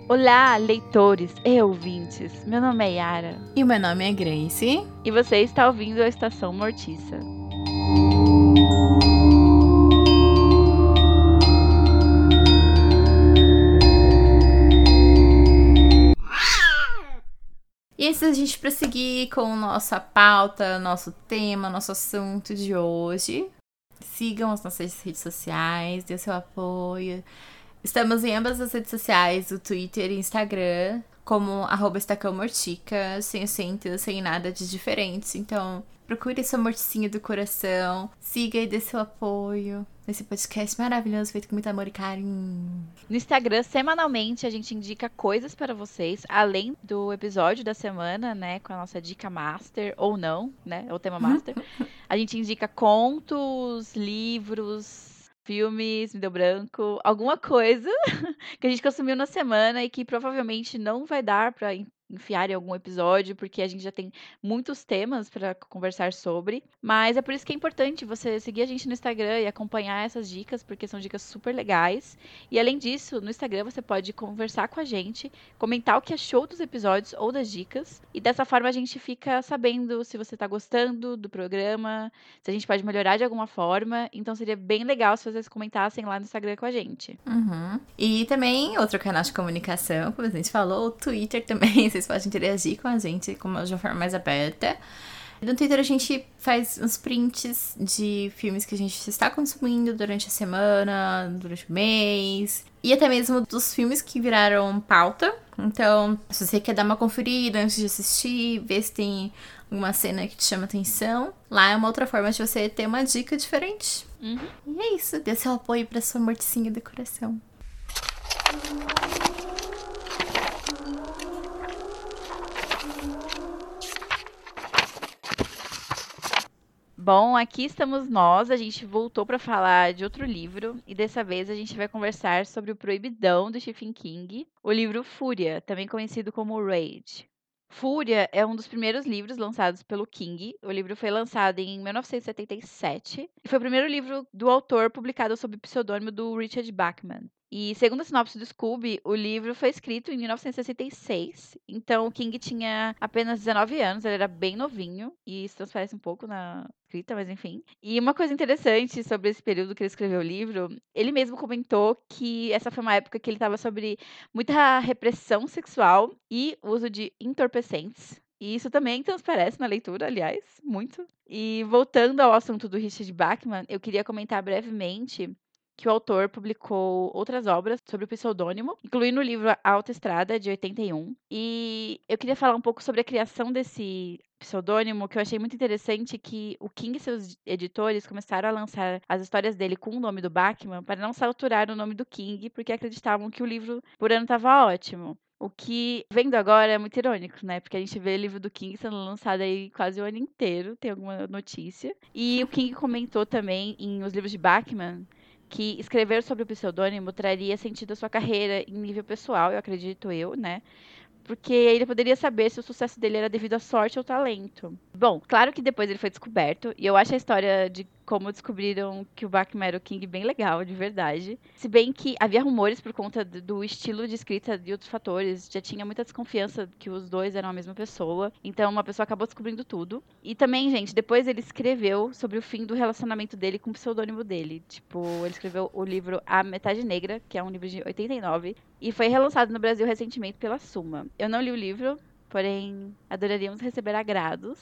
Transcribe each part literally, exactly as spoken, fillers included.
Olá, leitores e ouvintes. Meu nome é Yara. E o meu nome é Grace. E você está ouvindo a Estação Mortiça. E antes da gente prosseguir com nossa pauta, nosso tema, nosso assunto de hoje, sigam as nossas redes sociais, dê seu apoio. Estamos em ambas as redes sociais, o Twitter e Instagram, como arroba estacãomortica, sem acento, sem nada de diferente. Então, procure sua morticinha do coração, siga e dê seu apoio nesse podcast maravilhoso, feito com muito amor e carinho. No Instagram, semanalmente, a gente indica coisas para vocês, além do episódio da semana, né, com a nossa dica master, ou não, né, é o tema master. A gente indica contos, livros, filmes, me deu branco, alguma coisa que a gente consumiu na semana e que provavelmente não vai dar pra enfiar em algum episódio, porque a gente já tem muitos temas pra conversar sobre. Mas é por isso que é importante você seguir a gente no Instagram e acompanhar essas dicas, porque são dicas super legais. E além disso, no Instagram você pode conversar com a gente, comentar o que achou dos episódios ou das dicas. E dessa forma a gente fica sabendo se você tá gostando do programa, se a gente pode melhorar de alguma forma. Então seria bem legal se vocês comentassem lá no Instagram com a gente. Uhum. E também outro canal de comunicação, como a gente falou, o Twitter também, vocês podem interagir com a gente de uma forma mais aberta. No Twitter a gente faz uns prints de filmes que a gente está consumindo durante a semana, durante o mês. E até mesmo dos filmes que viraram pauta. Então, se você quer dar uma conferida antes de assistir, ver se tem alguma cena que te chama atenção, lá é uma outra forma de você ter uma dica diferente. Uhum. E é isso, dê seu apoio pra sua morticinha do coração. Bom, aqui estamos nós, a gente voltou para falar de outro livro e dessa vez a gente vai conversar sobre o Proibidão do Stephen King, o livro Fúria, também conhecido como Rage. Fúria é um dos primeiros livros lançados pelo King. O livro foi lançado em mil novecentos e setenta e sete e foi o primeiro livro do autor publicado sob o pseudônimo do Richard Bachman. E segundo a sinopse do Scooby, o livro foi escrito em mil novecentos e sessenta e seis, então o King tinha apenas dezenove anos, ele era bem novinho, e isso transparece um pouco na escrita, mas enfim. E uma coisa interessante sobre esse período que ele escreveu o livro, ele mesmo comentou que essa foi uma época que ele estava sobre muita repressão sexual e uso de entorpecentes. E isso também transparece na leitura, aliás, muito. E voltando ao assunto do Richard Bachman, eu queria comentar brevemente que o autor publicou outras obras sobre o pseudônimo, incluindo o livro A Autoestrada, de oitenta e um. E eu queria falar um pouco sobre a criação desse pseudônimo, que eu achei muito interessante, que o King e seus editores começaram a lançar as histórias dele com o nome do Bachman para não saturar o nome do King, porque acreditavam que o livro por ano estava ótimo. O que, vendo agora, é muito irônico, né? Porque a gente vê o livro do King sendo lançado aí quase o ano inteiro, tem alguma notícia. E o King comentou também em Os Livros de Bachman que escrever sobre o pseudônimo traria sentido à sua carreira em nível pessoal, eu acredito eu, né? Porque ele poderia saber se o sucesso dele era devido à sorte ou talento. Bom, claro que depois ele foi descoberto, e eu acho a história de como descobriram que o Bachman era o King bem legal, de verdade. Se bem que havia rumores por conta do estilo de escrita e outros fatores, já tinha muita desconfiança que os dois eram a mesma pessoa, então uma pessoa acabou descobrindo tudo. E também, gente, depois ele escreveu sobre o fim do relacionamento dele com o pseudônimo dele. Tipo, ele escreveu o livro A Metade Negra, que é um livro de oitenta e nove, e foi relançado no Brasil recentemente pela Suma. Eu não li o livro, porém adoraríamos receber agrados.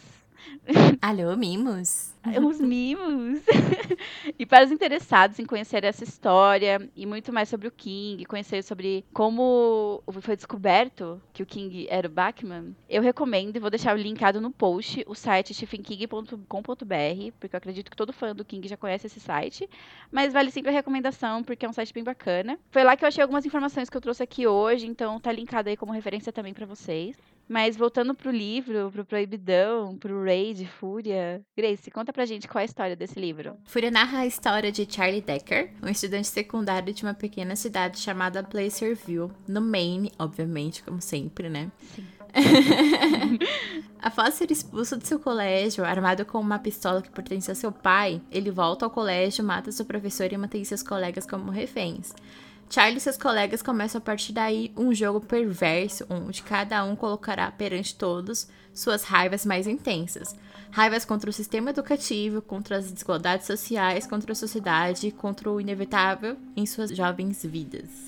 Alô, mimos? Os mimos! E para os interessados em conhecer essa história e muito mais sobre o King, conhecer sobre como foi descoberto que o King era o Bachman, eu recomendo e vou deixar linkado no post o site stephen king ponto com ponto b r, porque eu acredito que todo fã do King já conhece esse site, mas vale sempre a recomendação porque é um site bem bacana. Foi lá que eu achei algumas informações que eu trouxe aqui hoje, então tá linkado aí como referência também para vocês. Mas voltando pro livro, pro Proibidão, pro Rage, Fúria, Grace, conta pra gente qual é a história desse livro. Fúria narra a história de Charlie Decker, um estudante secundário de uma pequena cidade chamada Placerville, no Maine, obviamente, como sempre, né? Sim. Após ser expulso do seu colégio, armado com uma pistola que pertence a seu pai, ele volta ao colégio, mata seu professor e mantém seus colegas como reféns. Charlie e seus colegas começam a partir daí um jogo perverso, onde cada um colocará perante todos suas raivas mais intensas. Raivas contra o sistema educativo, contra as desigualdades sociais, contra a sociedade, contra o inevitável em suas jovens vidas.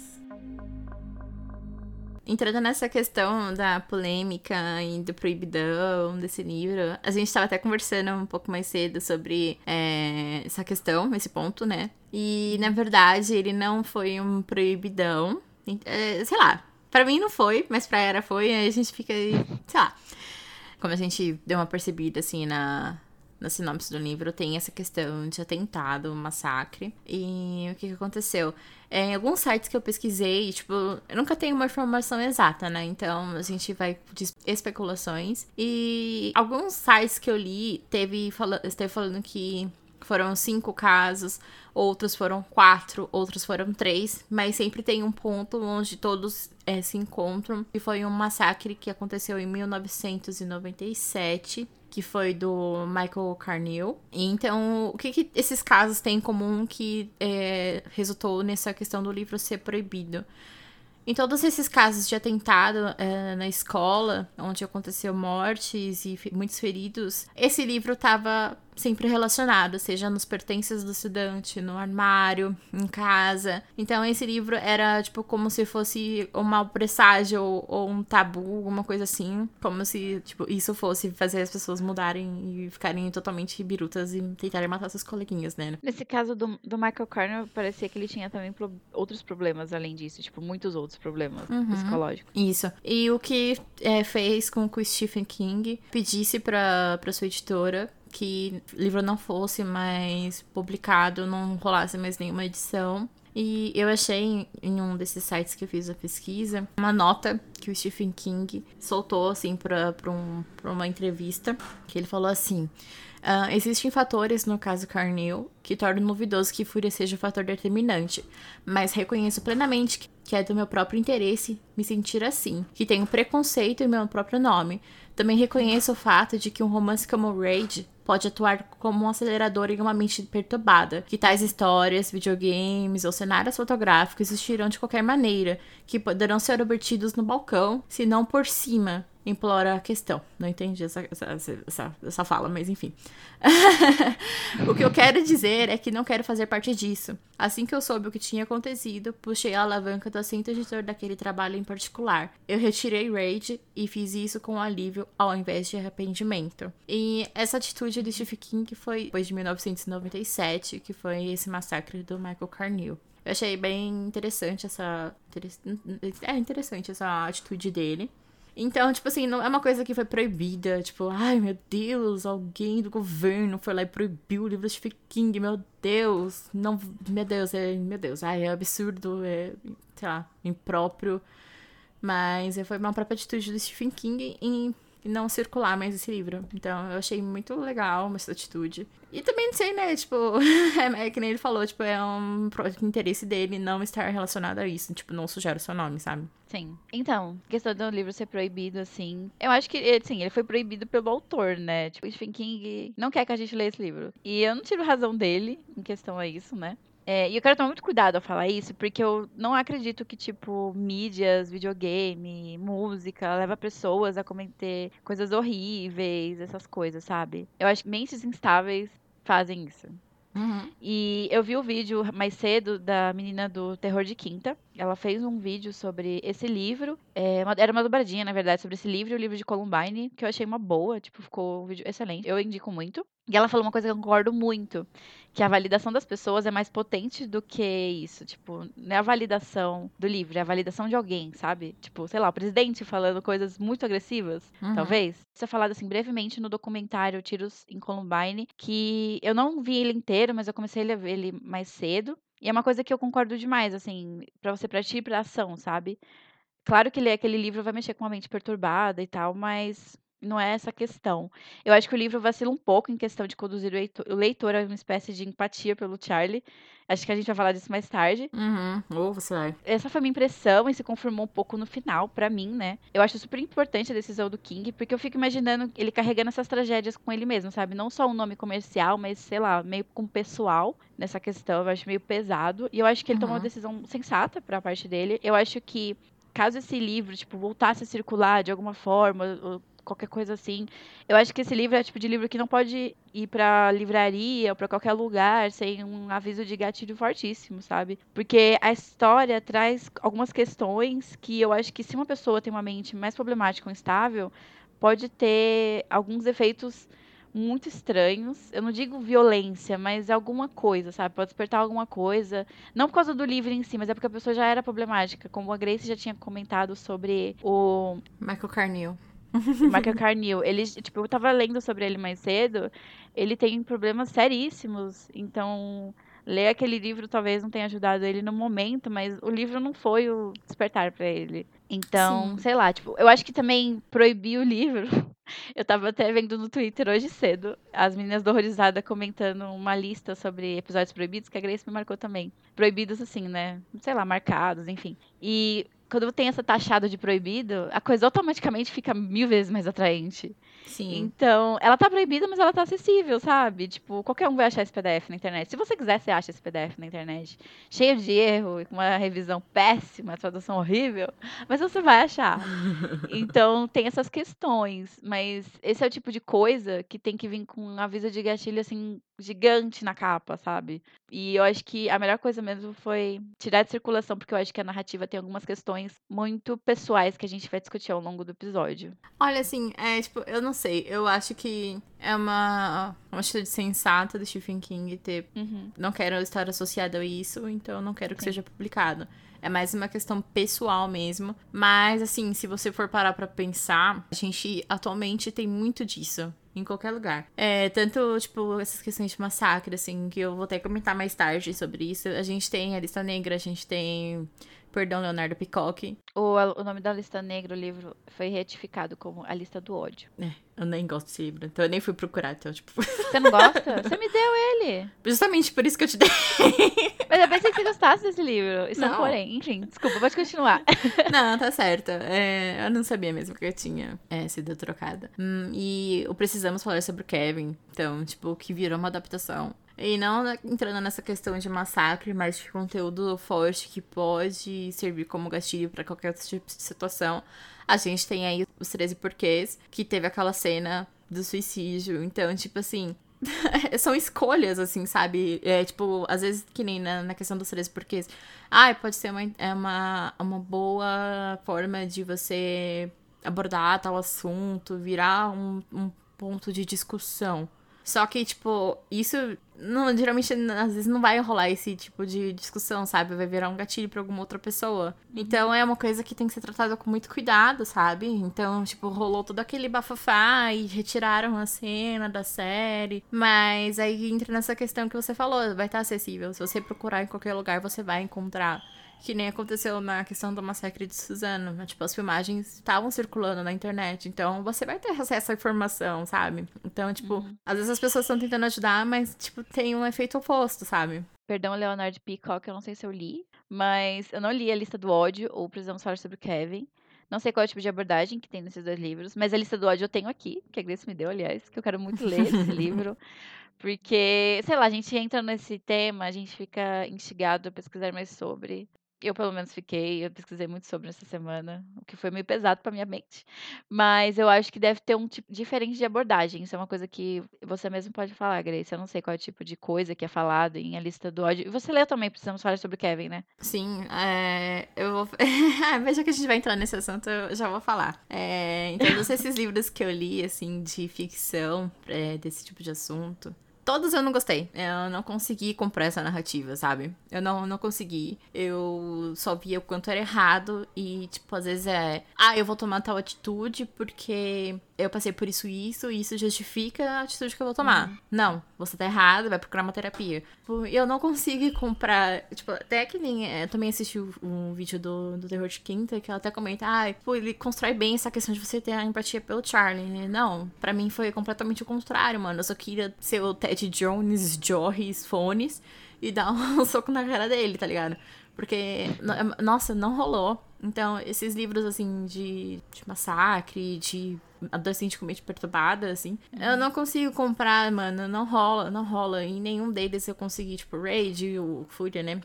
Entrando nessa questão da polêmica e do proibidão desse livro, a gente estava até conversando um pouco mais cedo sobre é, essa questão, esse ponto, né? E, na verdade, ele não foi um proibidão. É, sei lá, pra mim não foi, mas pra Era foi, aí a gente fica, sei lá. Como a gente deu uma percebida, assim, na... na sinopse do livro, tem essa questão de atentado, massacre. E o que, que aconteceu? É, em alguns sites que eu pesquisei, tipo, eu nunca tenho uma informação exata, né? Então, a gente vai de especulações. E alguns sites que eu li, teve, fala, esteve falando que foram cinco casos, outros foram quatro, outros foram três, mas sempre tem um ponto onde todos é, se encontram. E foi um massacre que aconteceu em mil novecentos e noventa e sete, que foi do Michael Carneal. Então, o que, que esses casos têm em comum que é, resultou nessa questão do livro ser proibido? Em todos esses casos de atentado é, na escola, onde aconteceu mortes e muitos feridos, esse livro estava sempre relacionado, seja nos pertences do estudante, no armário, em casa. Então, esse livro era, tipo, como se fosse um mau presságio ou, ou um tabu, alguma coisa assim. Como se, tipo, isso fosse fazer as pessoas mudarem e ficarem totalmente birutas e tentarem matar seus coleguinhas, né? Nesse caso do, do Michael Carter, parecia que ele tinha também pro, outros problemas além disso, tipo, muitos outros problemas uhum. psicológicos. Isso. E o que é, fez com que o Stephen King pedisse pra, pra sua editora que o livro não fosse mais publicado, não rolasse mais nenhuma edição. E eu achei em um desses sites que eu fiz a pesquisa uma nota que o Stephen King soltou assim pra, pra, um, pra uma entrevista, que ele falou assim: Uh, existem fatores, no caso Carneal, que tornam duvidoso que Fúria seja o fator determinante, mas reconheço plenamente que, que é do meu próprio interesse me sentir assim, que tenho preconceito em meu próprio nome. Também reconheço o fato de que um romance como Rage pode atuar como um acelerador em uma mente perturbada, que tais histórias, videogames ou cenários fotográficos existirão de qualquer maneira, que poderão ser obtidos no balcão, se não por cima. Implora a questão. Não entendi essa, essa, essa, essa fala, mas enfim. O que eu quero dizer é que não quero fazer parte disso. Assim que eu soube o que tinha acontecido, puxei a alavanca do assento editor daquele trabalho em particular. Eu retirei Rage e fiz isso com alívio ao invés de arrependimento. E essa atitude do Stephen King foi depois de mil novecentos e noventa e sete, que foi esse massacre do Michael Carneal. Eu achei bem interessante essa... É interessante essa atitude dele. Então, tipo assim, não é uma coisa que foi proibida. Tipo, ai, meu Deus, alguém do governo foi lá e proibiu o livro do Stephen King. Meu Deus, não, meu Deus, é, meu Deus, ai, é absurdo, é, sei lá, impróprio. Mas foi uma própria atitude do Stephen King em não circular mais esse livro. Então, eu achei muito legal essa atitude. E também, não sei, né, tipo, é, é que nem ele falou, tipo, é um interesse dele não estar relacionado a isso. Tipo, não sujar o seu nome, sabe? Sim. Então, questão do livro ser proibido, assim... Eu acho que, assim, ele foi proibido pelo autor, né? Tipo, o Stephen King não quer que a gente leia esse livro. E eu não tiro razão dele em questão a isso, né? É, e eu quero tomar muito cuidado ao falar isso, porque eu não acredito que, tipo, mídias, videogame, música, leva pessoas a cometer coisas horríveis, essas coisas, sabe? Eu acho que mentes instáveis fazem isso. Uhum. E eu vi o vídeo mais cedo da menina do Terror de Quinta. Ela fez um vídeo sobre esse livro. É, uma, era uma dobradinha, na verdade, sobre esse livro e o livro de Columbine, que eu achei uma boa. Tipo, ficou um vídeo excelente. Eu indico muito. E ela falou uma coisa que eu concordo muito, que a validação das pessoas é mais potente do que isso. Tipo, não é a validação do livro, é a validação de alguém, sabe? Tipo, sei lá, o presidente falando coisas muito agressivas, Uhum. talvez. Isso é falado, assim, brevemente no documentário Tiros em Columbine, que eu não vi ele inteiro, mas eu comecei a ver ele mais cedo. E é uma coisa que eu concordo demais, assim, pra você partir pra ação, sabe? Claro que ler aquele livro vai mexer com uma mente perturbada e tal, mas Não é essa a questão. Eu acho que o livro vacila um pouco em questão de conduzir o leitor o leitor a uma espécie de empatia pelo Charlie. Acho que a gente vai falar disso mais tarde. Uhum. Ou você vai. Essa foi a minha impressão e se confirmou um pouco no final, pra mim, né. Eu acho super importante a decisão do King, porque eu fico imaginando ele carregando essas tragédias com ele mesmo, sabe. Não só um nome comercial, mas, sei lá, meio com pessoal nessa questão, eu acho meio pesado. E eu acho que ele tomou uma Uhum. decisão sensata pra parte dele. Eu acho que caso esse livro, tipo, voltasse a circular de alguma forma, ou qualquer coisa assim, eu acho que esse livro é o tipo de livro que não pode ir pra livraria ou pra qualquer lugar sem um aviso de gatilho fortíssimo, sabe. Porque a história traz algumas questões que eu acho que se uma pessoa tem uma mente mais problemática ou instável, pode ter alguns efeitos muito estranhos. Eu não digo violência, mas alguma coisa, sabe, pode despertar alguma coisa. Não por causa do livro em si, mas é porque a pessoa já era problemática, como a Grace já tinha comentado sobre o Michael Carnell. Michael Carnell. Ele, tipo, eu estava lendo sobre ele mais cedo, ele tem problemas seríssimos, então ler aquele livro talvez não tenha ajudado ele no momento, mas o livro não foi o despertar pra ele. Então, Sim. sei lá, tipo, eu acho que também proibir o livro. Eu estava até vendo no Twitter hoje cedo, as meninas do Horrorizada comentando uma lista sobre episódios proibidos, que a Grace me marcou também. Proibidos assim, né, sei lá, marcados, enfim. E quando tem essa taxada de proibido, a coisa automaticamente fica mil vezes mais atraente. Sim. Então, ela tá proibida, mas ela tá acessível, sabe? Tipo, qualquer um vai achar esse P D F na internet. Se você quiser, você acha esse P D F na internet. Cheio de erro, e com uma revisão péssima, tradução horrível, mas você vai achar. Então, tem essas questões, mas esse é o tipo de coisa que tem que vir com um aviso de gatilho, assim, gigante na capa, sabe? E eu acho que a melhor coisa mesmo foi tirar de circulação, porque eu acho que a narrativa tem algumas questões muito pessoais que a gente vai discutir ao longo do episódio. Olha, assim, é tipo, eu não sei. Eu acho que é uma, uma atitude sensata do Stephen King ter. Uhum. Não quero estar associado a isso, então não quero que Sim. seja publicado. É mais uma questão pessoal mesmo. Mas, assim, se você for parar pra pensar, a gente atualmente tem muito disso. Em qualquer lugar. É, tanto, tipo, essas questões de massacre, assim, que eu vou até comentar mais tarde sobre isso. A gente tem a Lista Negra, a gente tem Perdão, Leonardo Peacock. O, o nome da lista negra, o livro, foi retificado como A Lista do Ódio. É, eu nem gosto desse livro, então eu nem fui procurar, então, tipo... Você não gosta? Você me deu ele. Justamente por isso que eu te dei. Mas eu pensei que você gostasse desse livro. Isso é um Não. porém. Enfim, desculpa, pode continuar. Não, tá certo. É, eu não sabia mesmo que eu tinha é, sido trocada. Hum, e o Precisamos Falar sobre o Kevin. Então, tipo, que virou uma adaptação. E não entrando nessa questão de massacre, mas de conteúdo forte que pode servir como gatilho pra qualquer outro tipo de situação. A gente tem aí os treze Porquês, que teve aquela cena do suicídio. Então, tipo assim... São escolhas, assim, sabe? É, tipo, às vezes, que nem na, na questão dos treze porquês. Ah, pode ser uma, é uma, uma boa forma de você abordar tal assunto, virar um, um ponto de discussão. Só que, tipo, isso não, geralmente, às vezes, não vai rolar esse tipo de discussão, sabe? Vai virar um gatilho pra alguma outra pessoa. Então, é uma coisa que tem que ser tratada com muito cuidado, sabe? Então, tipo, rolou todo aquele bafafá e retiraram a cena da série. Mas aí entra nessa questão que você falou, vai estar acessível. Se você procurar em qualquer lugar, você vai encontrar. Que nem aconteceu na questão do massacre de Suzano. Tipo, as filmagens estavam circulando na internet. Então, você vai ter acesso à informação, sabe? Então, tipo, Uhum. às vezes as pessoas estão tentando ajudar, mas, tipo, tem um efeito oposto, sabe? Perdão, Leonardo Peacock, eu não sei se eu li, mas eu não li a Lista do Ódio ou Precisamos Falar sobre o Kevin. Não sei qual é o tipo de abordagem que tem nesses dois livros, mas a Lista do Ódio eu tenho aqui, que a Grace me deu, aliás, que eu quero muito ler esse livro. Porque, sei lá, a gente entra nesse tema, a gente fica instigado a pesquisar mais sobre. Eu, pelo menos, fiquei. Eu pesquisei muito sobre essa semana, o que foi meio pesado pra minha mente. Mas eu acho que deve ter um tipo diferente de abordagem. Isso é uma coisa que você mesmo pode falar, Grace. Eu não sei qual é o tipo de coisa que é falado em A Lista do Ódio. E você leu também, precisamos falar sobre o Kevin, né? Sim, é, eu vou. Veja que a gente vai entrar nesse assunto, eu já vou falar. É, então, todos esses livros que eu li, assim, de ficção, é, desse tipo de assunto. Todos eu não gostei. Eu não consegui comprar essa narrativa, sabe? Eu não, não consegui. Eu só via o quanto era errado e, tipo, às vezes é... Ah, eu vou tomar tal atitude porque eu passei por isso e isso, e isso justifica a atitude que eu vou tomar. Uhum. Não, você tá errado, vai procurar uma terapia. Tipo, eu não consigo comprar, tipo, até que nem, eu também assisti um vídeo do, do Terror de Quinta, que ela até comenta, ah, pô, ele constrói bem essa questão de você ter a empatia pelo Charlie. Não, pra mim foi completamente o contrário, mano. Eu só queria ser o Ted Jones, Joris, Fones, e dar um soco na cara dele, tá ligado? Porque, nossa, não rolou. Então, esses livros, assim, de, de massacre, de adolescente com mente perturbada, assim, uhum. eu não consigo comprar, mano. Não rola, não rola. Em nenhum deles eu consegui, tipo, Rage, o Fúria, né?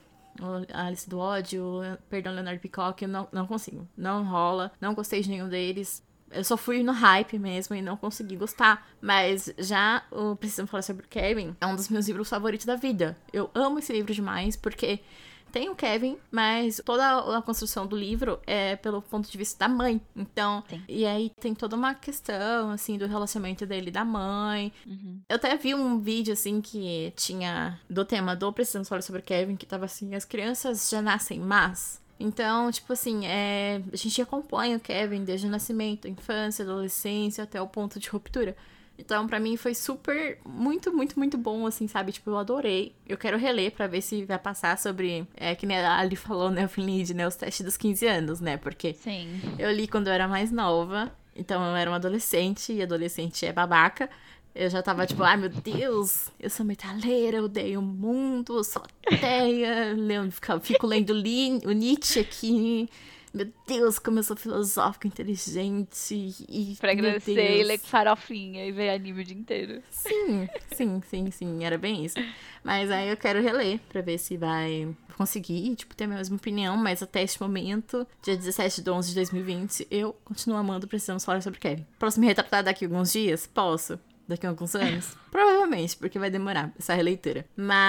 A Alice do Ódio, perdão, Leonard Peacock, eu não, não consigo. Não rola. Não gostei de nenhum deles. Eu só fui no hype mesmo e não consegui gostar. Mas já o Precisamos Falar Sobre Kevin é um dos meus livros favoritos da vida. Eu amo esse livro demais porque tem o Kevin, mas toda a construção do livro é pelo ponto de vista da mãe. Então, Sim. e aí tem toda uma questão, assim, do relacionamento dele e da mãe. Uhum. Eu até vi um vídeo, assim, que tinha do tema do Precisamos Falar Sobre Kevin, que tava assim, as crianças já nascem más. Então, tipo assim, é, a gente acompanha o Kevin desde o nascimento, infância, adolescência, até o ponto de ruptura. Então, pra mim, foi super, muito, muito, muito bom, assim, sabe? Tipo, eu adorei. Eu quero reler pra ver se vai passar sobre, é, que nem a Ali falou, né, o Finlid, né, os testes dos quinze anos, né? Porque Sim. eu li quando eu era mais nova, então eu era uma adolescente, e adolescente é babaca. Eu já tava tipo, ai, meu Deus, eu sou metaleira, eu odeio o mundo, eu sou ateia, fico lendo o Nietzsche aqui. Meu Deus, como eu sou filosófica, inteligente e... Pra crescer e ler farofinha e ver anime o dia inteiro. Sim, sim, sim, sim, era bem isso. Mas aí eu quero reler pra ver se vai conseguir, tipo, ter a mesma opinião, mas até este momento, dia dezessete de onze de dois mil e vinte, eu continuo amando Precisamos Falar Sobre Kevin. Posso me retratar daqui a alguns dias? Posso. Daqui a alguns anos? Provavelmente, porque vai demorar essa releitura.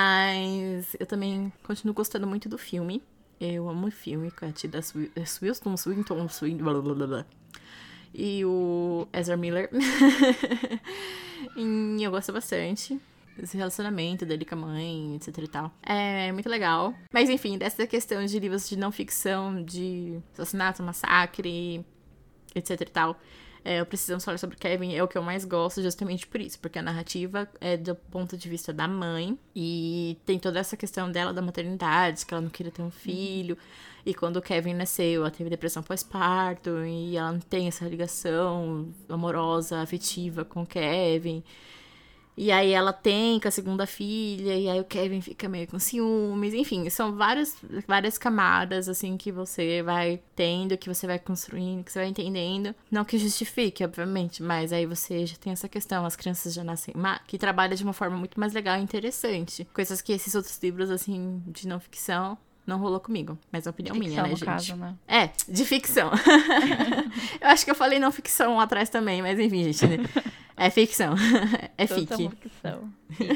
Mas eu também continuo gostando muito do filme. Eu amo o filme com a Tilda Swinton, Swinton, Swinton, blá blá blá blá. E o Ezra Miller. E eu gosto bastante desse relacionamento dele com a mãe, etc e tal. É muito legal. Mas enfim, dessa questão de livros de não ficção, de assassinato, massacre, etc e tal. É, eu Precisamos Falar Sobre Kevin é o que eu mais gosto justamente por isso, porque a narrativa é do ponto de vista da mãe e tem toda essa questão dela da maternidade, que ela não queria ter um filho, e quando o Kevin nasceu, ela teve depressão pós-parto e ela não tem essa ligação amorosa, afetiva com o Kevin. E aí ela tem com a segunda filha, e aí o Kevin fica meio com ciúmes. Enfim, são várias, várias camadas, assim, que você vai tendo, que você vai construindo, que você vai entendendo. Não que justifique, obviamente, mas aí você já tem essa questão, as crianças já nascem má, que trabalha de uma forma muito mais legal e interessante. Coisas que esses outros livros, assim, de não ficção, não rolou comigo. Mas é a opinião ficção, minha, né, no gente? Caso, né? É, de ficção. Eu acho que eu falei não ficção atrás também, mas enfim, gente, né? É ficção. É Toda fic. uma ficção.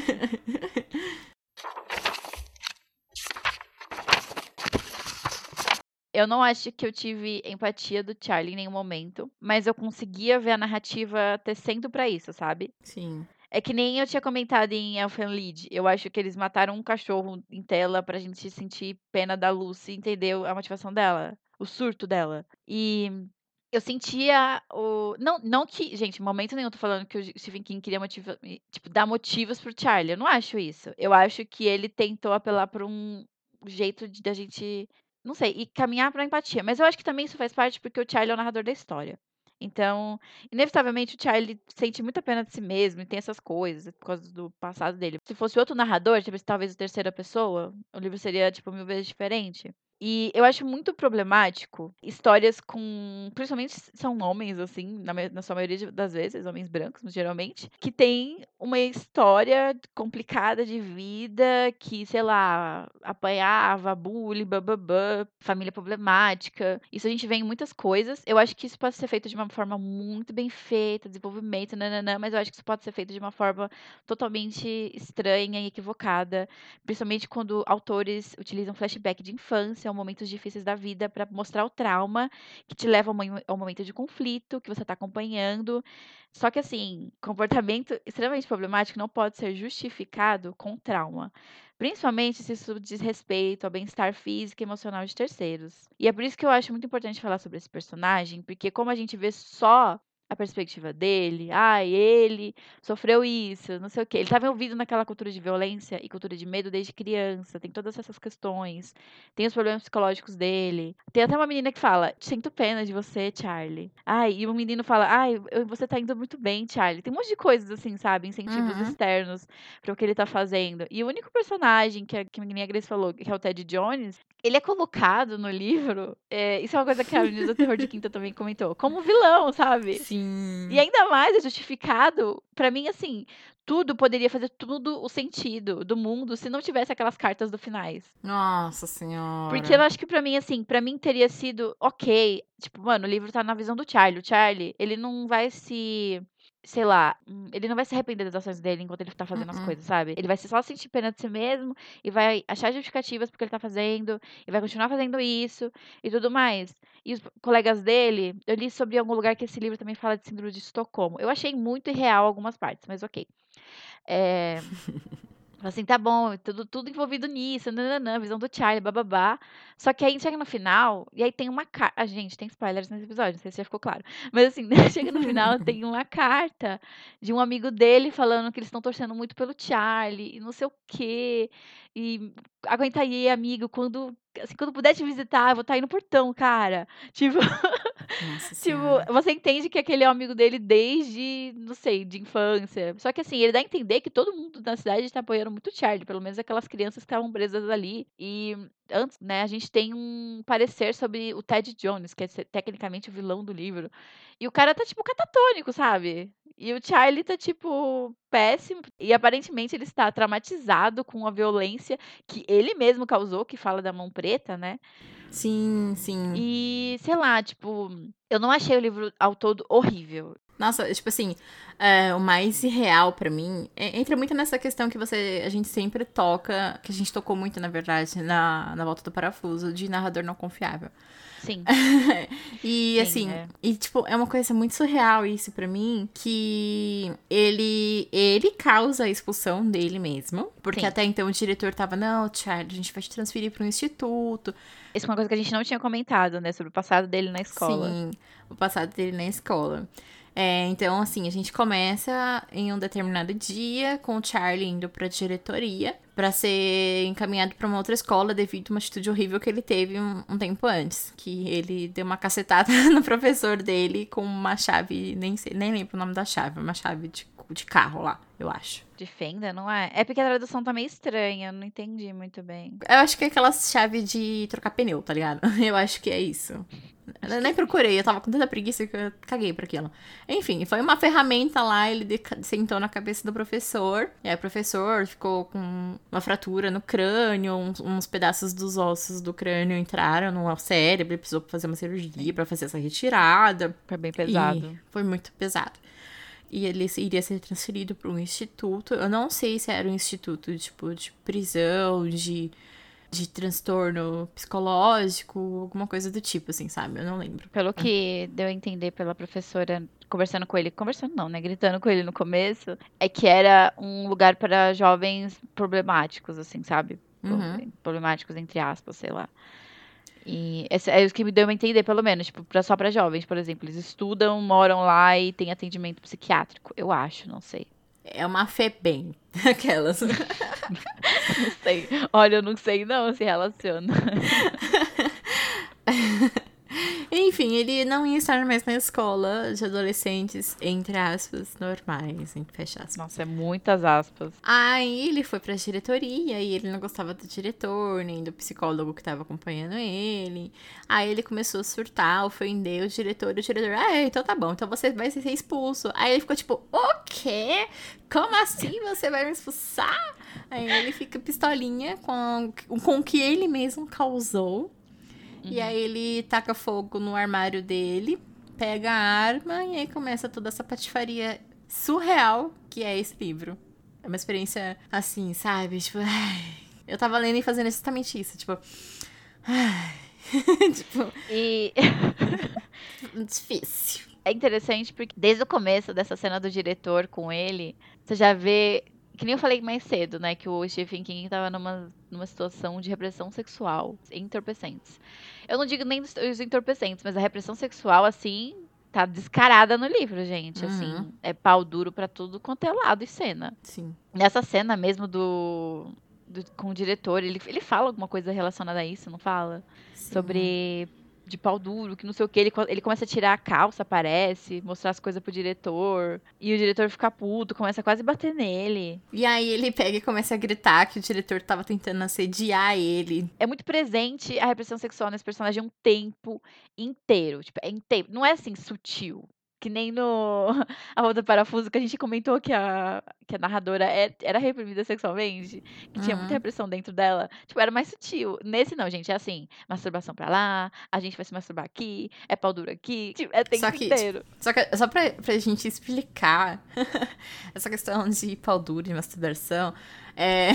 Eu não acho que eu tive empatia do Charlie em nenhum momento, mas eu conseguia ver a narrativa tecendo pra isso, sabe? Sim. É que nem eu tinha comentado em Elfenlied. Eu acho que eles mataram um cachorro em tela pra gente sentir pena da Lucy e entender a motivação dela, o surto dela. E eu sentia o. Não, não que. Gente, em momento nenhum eu tô falando que o Stephen King queria motiva... tipo, dar motivos pro Charlie. Eu não acho isso. Eu acho que ele tentou apelar pra um jeito de da gente. Não sei, e caminhar pra empatia. Mas eu acho que também isso faz parte porque o Charlie é o narrador da história. Então, inevitavelmente, o Charlie sente muita pena de si mesmo e tem essas coisas por causa do passado dele. Se fosse outro narrador, tipo, talvez a terceira pessoa, o livro seria, tipo, mil vezes diferente. E eu acho muito problemático histórias com. Principalmente se são homens, assim, na, na sua maioria de- das vezes, homens brancos, geralmente, que tem uma história complicada de vida, que, sei lá, apanhava, bullying, bababã, família problemática. Isso a gente vê em muitas coisas. Eu acho que isso pode ser feito de uma forma muito bem feita, desenvolvimento, nananã, mas eu acho que isso pode ser feito de uma forma totalmente estranha e equivocada. Principalmente quando autores utilizam flashback de infância ou momentos difíceis da vida para mostrar o trauma que te leva ao mo- ao momento de conflito que você está acompanhando. Só que, assim, comportamento extremamente problemático não pode ser justificado com trauma. Principalmente se isso diz respeito ao bem-estar físico e emocional de terceiros. E é por isso que eu acho muito importante falar sobre esse personagem, porque como a gente vê só a perspectiva dele. Ai, ele sofreu isso, não sei o quê. Ele estava envolvido naquela cultura de violência e cultura de medo desde criança. Tem todas essas questões. Tem os problemas psicológicos dele. Tem até uma menina que fala: sinto pena de você, Charlie. Ai, e o menino fala: ai, eu- você tá indo muito bem, Charlie. Tem um monte de coisas assim, sabe? Incentivos Uhum. externos para o que ele tá fazendo. E o único personagem que a, que a menina Grace falou, que é o Ted Jones, ele é colocado no livro. É, isso é uma coisa que a Menina do Terror de Quinta também comentou. Como vilão, sabe? E Sim. ainda mais é justificado, pra mim, assim, tudo poderia fazer tudo o sentido do mundo se não tivesse aquelas cartas do finais. Nossa Porque eu senhora. acho que pra mim, assim, pra mim teria sido ok. Tipo, mano, o livro tá na visão do Charlie. O Charlie, ele não vai se. Sei lá, hum, ele não vai se arrepender das ações dele enquanto ele tá fazendo as Uh-uh. coisas, sabe? Ele vai ser só sentir pena de si mesmo e vai achar justificativas porque ele tá fazendo, e vai continuar fazendo isso e tudo mais. E os colegas dele, eu li sobre algum lugar que esse livro também fala de síndrome de Estocolmo. Eu achei muito irreal algumas partes, mas ok. É, Fala assim, tá bom, tudo, tudo envolvido nisso, nananã, visão do Charlie, bababá. Só que aí chega no final, e aí tem uma carta. Ah, gente, tem spoilers nesse episódio, não sei se já ficou claro. Mas assim, chega no final, tem uma carta de um amigo dele falando que eles estão torcendo muito pelo Charlie, e não sei o quê. E aguenta aí, amigo, quando, assim, quando puder te visitar, eu vou estar aí no portão, cara. Tipo. Nossa Tipo, senhora. você entende que aquele é um amigo dele desde, não sei, de infância. Só que assim, ele dá a entender que todo mundo na cidade tá apoiando muito o Charlie, pelo menos aquelas crianças que estavam presas ali. E antes, né, a gente tem um parecer sobre o Ted Jones, que é se- tecnicamente o vilão do livro. E o cara tá, tipo, catatônico, sabe? E o Charlie tá, tipo, péssimo. E aparentemente ele está traumatizado com a violência que ele mesmo causou, que fala da mão preta, né? Sim, sim. E, sei lá, tipo, eu não achei o livro ao todo horrível. Nossa, tipo assim, é, o mais irreal pra mim é- entra muito nessa questão que você a gente sempre toca, que a gente tocou muito, na verdade, na, na volta do parafuso, de narrador não confiável. Sim, E sim, assim, é. e tipo, é uma coisa muito surreal isso pra mim, que ele ele causa a expulsão dele mesmo, porque Sim. até então o diretor tava, não, Charlie, a gente vai te transferir pra um instituto. Isso é uma coisa que a gente não tinha comentado, né, sobre o passado dele na escola. Sim, o passado dele na escola. É, então, assim, a gente começa em um determinado dia com o Charlie indo pra diretoria pra ser encaminhado pra uma outra escola devido a uma atitude horrível que ele teve um, um tempo antes. Que ele deu uma cacetada no professor dele com uma chave, nem sei, nem lembro o nome da chave, uma chave de, de carro lá, eu acho. De fenda, não é? É porque a tradução tá meio estranha, eu não entendi muito bem. Eu acho que é aquela chave de trocar pneu, tá ligado? Eu acho que é isso. Eu nem procurei, eu tava com tanta preguiça que eu caguei pra aquilo. Enfim, foi uma ferramenta lá, ele de- sentou na cabeça do professor. E aí o professor ficou com uma fratura no crânio, uns, uns pedaços dos ossos do crânio entraram no cérebro, ele precisou fazer uma cirurgia pra fazer essa retirada. Foi bem E pesado. foi muito pesado. E ele iria ser transferido para um instituto. Eu não sei se era um instituto, tipo, de prisão, de, de transtorno psicológico, alguma coisa do tipo, assim, sabe? Eu não lembro. Pelo que deu a entender pela professora conversando com ele, conversando não, né, gritando com ele no começo, é que era um lugar para jovens problemáticos, assim, sabe? Pro- Uhum. Problemáticos entre aspas, sei lá. E esse é o que me deu a entender, pelo menos, tipo, pra, só pra jovens, por exemplo. Eles estudam, moram lá e têm atendimento psiquiátrico. Eu acho, não sei. É uma FEBEM, aquelas. Não sei. Olha, eu não sei não se relaciona. Enfim, ele não ia estar mais na escola de adolescentes, entre aspas, normais, entre fecha aspas. Nossa, é muitas aspas. Aí ele foi pra diretoria e ele não gostava do diretor, nem do psicólogo que tava acompanhando ele. Aí ele começou a surtar, ofender o diretor. E o diretor, ah, então tá bom, então você vai ser expulso. Aí ele ficou tipo, o quê? Como assim você vai me expulsar? Aí ele fica pistolinha com, com o que ele mesmo causou. E aí ele taca fogo no armário dele, pega a arma e aí começa toda essa patifaria surreal que é esse livro. É uma experiência assim, sabe? Tipo, ai, eu tava lendo e fazendo exatamente isso, tipo, ai, tipo, E difícil. é interessante porque desde o começo dessa cena do diretor com ele, você já vê, que nem eu falei mais cedo, né, que o Stephen King tava numa, numa situação de repressão sexual, entorpecentes. Eu não digo nem os os entorpecentes, mas a repressão sexual, assim, tá descarada no livro, gente. Uhum. Assim, é pau duro pra tudo quanto é lado e cena. Sim. Nessa cena mesmo do, do com o diretor, ele, ele fala alguma coisa relacionada a isso, não fala? Sim. Sobre de pau duro, que não sei o que. Ele, ele começa a tirar a calça, parece, mostrar as coisas pro diretor. E o diretor fica puto, começa a quase bater nele. E aí ele pega e começa a gritar que o diretor tava tentando assediar ele. É muito presente a repressão sexual nesse personagem um tempo inteiro. Tipo, é inteiro. Não é assim, sutil. Que nem no A Rua do Parafuso, que a gente comentou que a, que a narradora é, era reprimida sexualmente, que tinha muita Uhum. repressão dentro dela. Tipo, era mais sutil. Nesse não, gente, é assim, masturbação pra lá, a gente vai se masturbar aqui, é pau duro aqui, tipo, é o tempo Só que, inteiro. tipo, só, que só pra, pra gente explicar essa questão de pau duro e masturbação, é,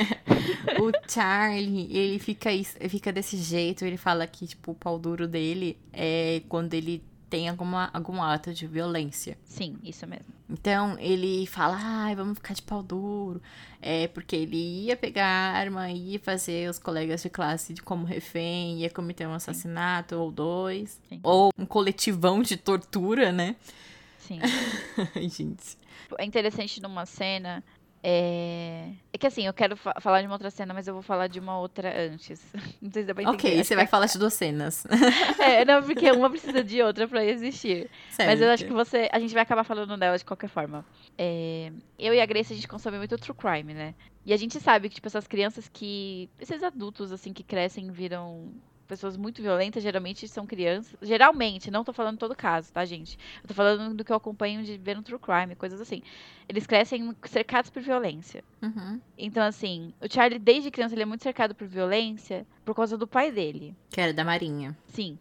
o Charlie, ele fica, isso- ele fica desse jeito, ele fala que, tipo, o pau duro dele é quando ele tem alguma, algum ato de violência. Sim, isso mesmo. Então, ele fala, ai, vamos ficar de pau duro. É, porque ele ia pegar a arma, ia fazer os colegas de classe de como refém, ia cometer um assassinato ou dois. Sim. Ou um coletivão de tortura, né? Sim. Ai, gente. É interessante numa cena. É... é que assim, eu quero fa- falar de uma outra cena, mas eu vou falar de uma outra antes. Não sei se dá pra entender. Ok, Acho você que vai é- falar de duas cenas. É, não, porque uma precisa de outra pra existir. Mas eu acho que Certo. você. A gente vai acabar falando dela de qualquer forma. É, eu e a Grace, a gente consome muito true crime, né? E a gente sabe que, tipo, essas crianças que. Esses adultos, assim, que crescem e viram pessoas muito violentas, geralmente são crianças. Geralmente, não tô falando todo caso, tá, gente? Eu tô falando do que eu acompanho de ver no true crime, coisas assim. Eles crescem cercados por violência. Uhum. Então, assim, o Charlie, desde criança, ele é muito cercado por violência por causa do pai dele. Que era da Marinha. Sim.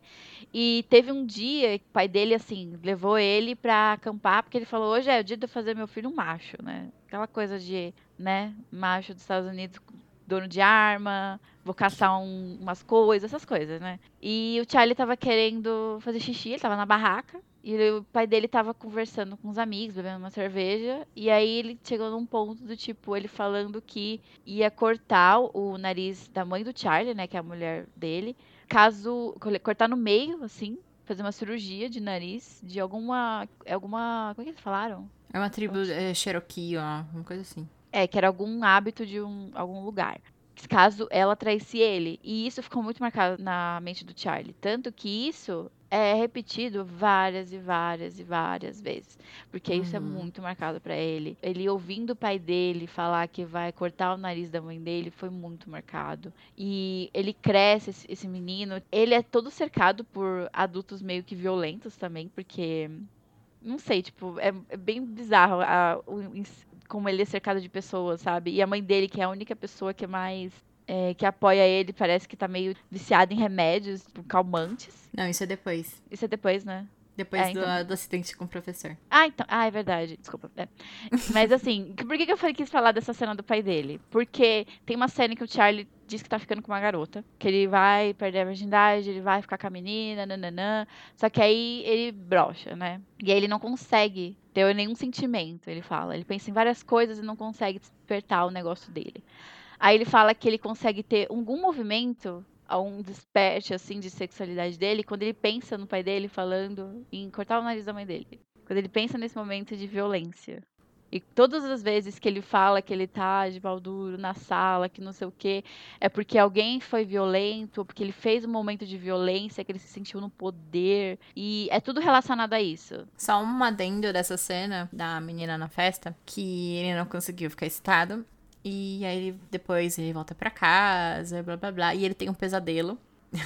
E teve um dia que o pai dele, assim, levou ele pra acampar, porque ele falou, hoje é o dia de eu fazer meu filho um macho, né? Aquela coisa de, né, macho dos Estados Unidos, dono de arma, vou caçar um- umas coisas, essas coisas, né? E o Charlie tava querendo fazer xixi, ele tava na barraca, e ele- o pai dele tava conversando com os amigos, bebendo uma cerveja, e aí ele chegou num ponto do tipo, ele falando que ia cortar o nariz da mãe do Charlie, né, que é a mulher dele, caso cortar no meio, assim, fazer uma cirurgia de nariz de alguma, alguma, como é que eles falaram? É uma tribo é, Cherokee, ó, uma coisa assim. É, que era algum hábito de um, algum lugar. Caso ela traísse ele. E isso ficou muito marcado na mente do Charlie. Tanto que isso é repetido várias e várias e várias vezes. Porque isso é Uhum. muito marcado pra ele. Ele ouvindo o pai dele falar que vai cortar o nariz da mãe dele foi muito marcado. E ele cresce, esse, esse menino. Ele é todo cercado por adultos meio que violentos também, porque. Não sei, tipo, é, é bem bizarro a- o- ins- como ele é cercado de pessoas, sabe? E a mãe dele, que é a única pessoa que é mais. É, que apoia ele, parece que tá meio viciada em remédios, tipo, calmantes. Não, isso é depois. Isso é depois, né? Depois É, do, então. do acidente com o professor. Ah, então. Ah, é verdade. Desculpa. É. Mas assim, que- por que, que eu falei, quis falar dessa cena do pai dele? Porque tem uma cena que o Charlie diz que tá ficando com uma garota. Que ele vai perder a virgindade, ele vai ficar com a menina, nananã. Só que aí ele brocha, né? E aí ele não consegue ter nenhum sentimento, ele fala. Ele pensa em várias coisas e não consegue despertar o negócio dele. Aí ele fala que ele consegue ter algum movimento, um desperte assim de sexualidade dele quando ele pensa no pai dele falando em cortar o nariz da mãe dele. Quando ele pensa nesse momento de violência. E todas as vezes que ele fala que ele tá de pau duro na sala, que não sei o quê, é porque alguém foi violento, ou porque ele fez um momento de violência, que ele se sentiu no poder. E é tudo relacionado a isso. Só um adendo dessa cena da menina na festa, que ele não conseguiu ficar excitado. E aí ele, depois ele volta pra casa, blá blá blá. E ele tem um pesadelo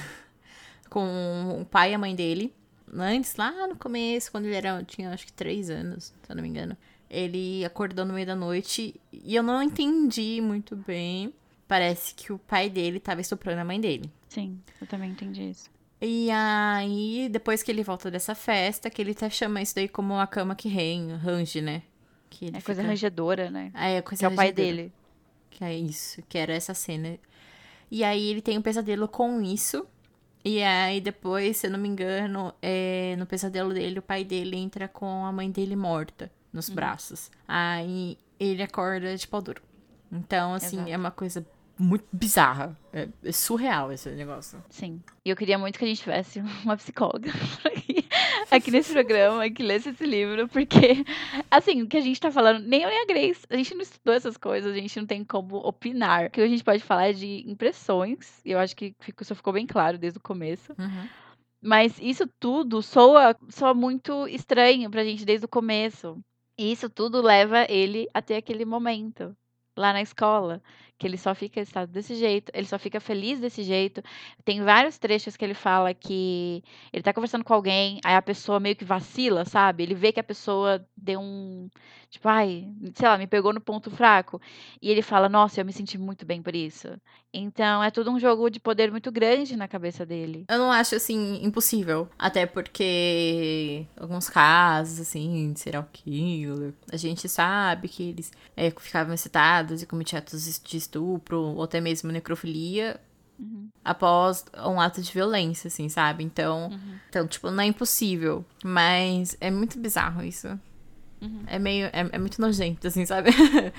com o pai e a mãe dele. Antes, lá no começo, quando ele era, tinha acho que três anos, se eu não me engano. Ele acordou no meio da noite e eu não entendi muito bem. Parece que o pai dele tava estuprando a mãe dele. Sim, eu também entendi isso. E aí, depois que ele volta dessa festa, que ele até chama isso daí como a cama que ren- range, né? Que ele É coisa fica... rangedora, né? Ah, é coisa Que é o pai rangedora. dele. Que é isso, que era essa cena. E aí ele tem um pesadelo com isso. E aí depois, se eu não me engano, é, no pesadelo dele, o pai dele entra com a mãe dele morta nos braços. Aí ele acorda de pau duro. Então, assim, Exato. é uma coisa muito bizarra. É, é surreal esse negócio. Sim. E eu queria muito que a gente tivesse uma psicóloga por aqui aqui nesse programa que lesse esse livro, porque, assim, o que a gente tá falando, nem eu nem a Grace, a gente não estudou essas coisas, a gente não tem como opinar. O que a gente pode falar é de impressões, e eu acho que fico- isso ficou bem claro desde o começo. Uhum. Mas isso tudo soa, soa muito estranho pra gente desde o começo. E isso tudo leva ele até aquele momento, lá na escola, que ele só fica excitado desse jeito, ele só fica feliz desse jeito. Tem vários trechos que ele fala que ele tá conversando com alguém, aí a pessoa meio que vacila, sabe? Ele vê que a pessoa deu um, tipo, ai, sei lá, me pegou no ponto fraco. E ele fala, nossa, eu me senti muito bem por isso. Então é tudo um jogo de poder muito grande na cabeça dele. Eu não acho, assim, impossível. Até porque alguns casos, assim, de serial killer, a gente sabe que eles é, ficavam excitados e cometiam atos de estupro, ou até mesmo necrofilia, Uhum, após um ato de violência, assim, sabe? Então, uhum, então tipo, não é impossível. Mas é muito bizarro isso. uhum. É meio. É, é muito nojento, assim, sabe?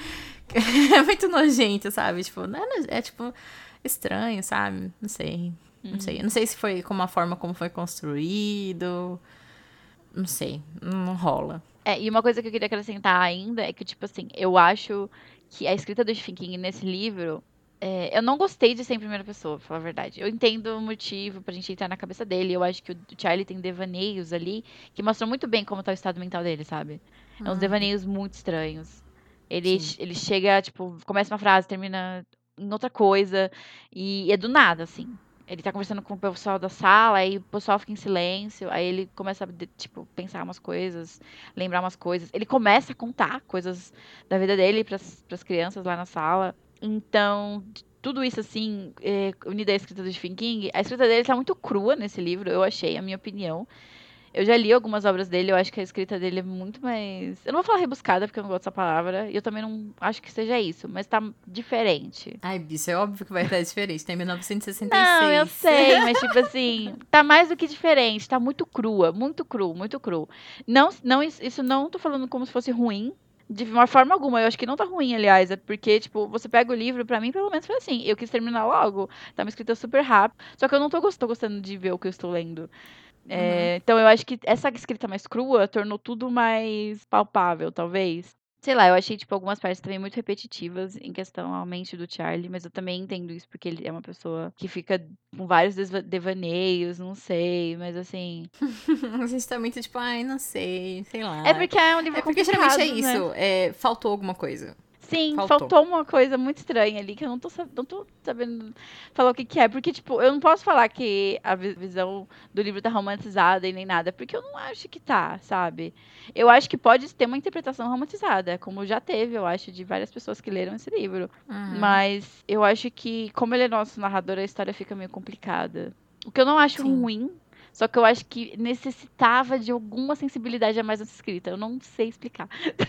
É muito nojento, sabe? Tipo, não é, noje- é tipo estranho, sabe? Não sei. Não sei. Eu Uhum. não sei se foi com a forma como foi construído. Não sei. Não rola. É, e uma coisa que eu queria acrescentar ainda é que, tipo assim, eu acho que a escrita do Stephen King nesse livro, é, eu não gostei de ser em primeira pessoa, pra falar a verdade. Eu entendo o motivo pra gente entrar na cabeça dele. Eu acho que o Charlie tem devaneios ali que mostram muito bem como tá o estado mental dele, sabe? É uns devaneios muito estranhos. Ele, Sim. ele chega, tipo, começa uma frase, termina em outra coisa, e é do nada, assim. Ele tá conversando com o pessoal da sala, aí o pessoal fica em silêncio, aí ele começa a, de- tipo, pensar umas coisas, lembrar umas coisas. Ele começa a contar coisas da vida dele para as crianças lá na sala. Então, t- tudo isso, assim, é, unido à escrita do Stephen King, a escrita dele tá muito crua nesse livro, eu achei, a minha opinião. Eu já li algumas obras dele, eu acho que a escrita dele é muito mais. Eu não vou falar rebuscada, porque eu não gosto dessa palavra, e eu também não acho que seja isso, mas tá diferente. Ai, bicho, é óbvio que vai estar diferente. Tem Não, eu mil novecentos e sessenta e seis. sei, mas tipo assim, tá mais do que diferente, tá muito crua, muito cru, muito cru. Não, não, isso isso não tô falando como se fosse ruim, de uma forma alguma. Eu acho que não tá ruim, aliás, é porque, tipo, você pega o livro, pra mim, pelo menos foi assim. Eu quis terminar logo, tá uma escrita super rápido, só que eu não tô, gos- tô gostando de ver o que eu estou lendo. Uhum. É, então eu acho que essa escrita mais crua tornou tudo mais palpável, talvez. Sei lá, eu achei, tipo, algumas partes também muito repetitivas em questão à mente do Charlie, mas eu também entendo isso porque ele é uma pessoa que fica com vários desva- devaneios, não sei, mas assim. A gente tá muito tipo, ai, não sei, sei É lá. porque é um livro É porque geralmente é complicado, né? isso. É, faltou alguma coisa. Sim, Faltou. faltou uma coisa muito estranha ali que eu não tô, sab- não tô sabendo falar o que que é. Porque, tipo, eu não posso falar que a vi- visão do livro tá romantizada e nem nada, porque eu não acho que tá, sabe? Eu acho que pode ter uma interpretação romantizada, como já teve, eu acho, de várias pessoas que leram esse livro. Uhum. Mas eu acho que, como ele é nosso narrador, a história fica meio complicada. O que eu não acho Sim. ruim, só que eu acho que necessitava de alguma sensibilidade a mais nessa escrita. Eu não sei explicar.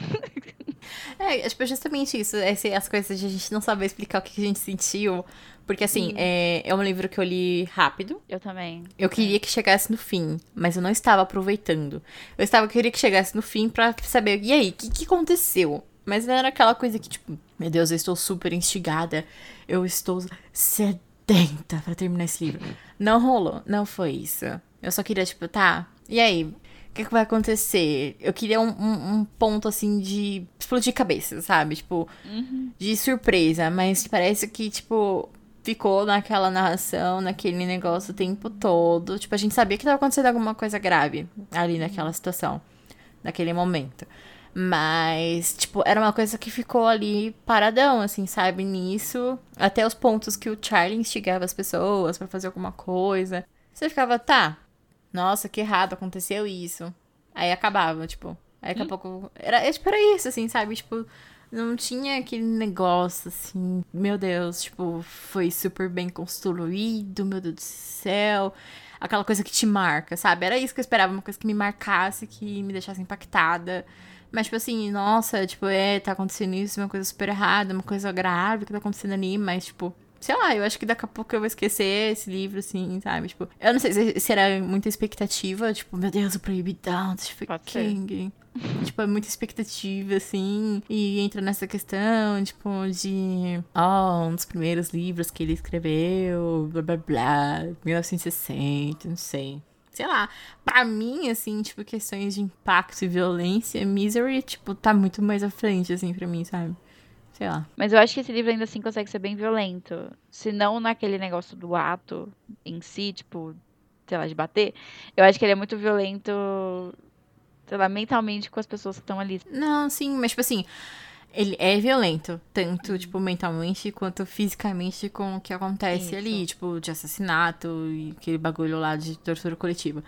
É, é, tipo, justamente isso. Esse, as coisas de a gente não saber explicar o que que a gente sentiu. Porque, assim, Hum, é, é um livro que eu li rápido. eu também. Eu É. queria que chegasse no fim, mas eu não estava aproveitando. Eu estava, eu queria que chegasse no fim pra saber, e aí, o que, que aconteceu? Mas não era aquela coisa que, tipo, meu Deus, eu estou super instigada. Eu estou sedenta pra terminar esse livro. Não rolou, não foi isso. Eu só queria, tipo, tá, e aí? O que, que vai acontecer? Eu queria um, um, um ponto, assim, de explodir cabeça, sabe? Tipo, Uhum. de surpresa, mas parece que, tipo, ficou naquela narração, naquele negócio o tempo todo. Tipo, a gente sabia que tava acontecendo alguma coisa grave ali naquela situação, naquele momento. Mas, tipo, era uma coisa que ficou ali paradão, assim, sabe? Nisso. Até os pontos que o Charlie instigava as pessoas pra fazer alguma coisa. Você ficava, tá, nossa, que errado, aconteceu isso. Aí acabava, tipo. Aí daqui a Hum? pouco. Era, é, tipo, era isso, assim, sabe? Tipo, não tinha aquele negócio, assim. Meu Deus, tipo, foi super bem construído, meu Deus do céu. Aquela coisa que te marca, sabe? Era isso que eu esperava, uma coisa que me marcasse, que me deixasse impactada. Mas, tipo assim, nossa, tipo, é, tá acontecendo isso, uma coisa super errada, uma coisa grave que tá acontecendo ali, mas, tipo, sei lá, eu acho que daqui a pouco eu vou esquecer esse livro, assim, sabe? Tipo, eu não sei se, se era muita expectativa, tipo, meu Deus, o Proibidão do Stephen Pode ser. King. Tipo, é muita expectativa, assim, e entra nessa questão, tipo, de, ó, um dos primeiros livros que ele escreveu, blá blá blá, mil novecentos e sessenta, não sei. sei lá, pra mim, assim, tipo, questões de impacto e violência, Misery, tipo, tá muito mais à frente, assim, pra mim, sabe? Sei lá. Mas eu acho que esse livro ainda assim consegue ser bem violento. Se não naquele negócio do ato em si, tipo, sei lá, de bater. Eu acho que ele é muito violento, sei lá, mentalmente com as pessoas que estão ali. Não, sim, mas, tipo assim, ele é violento, tanto, Uhum. tipo, mentalmente quanto fisicamente com o que acontece ali, Isso. tipo, de assassinato e aquele bagulho lá de tortura coletiva.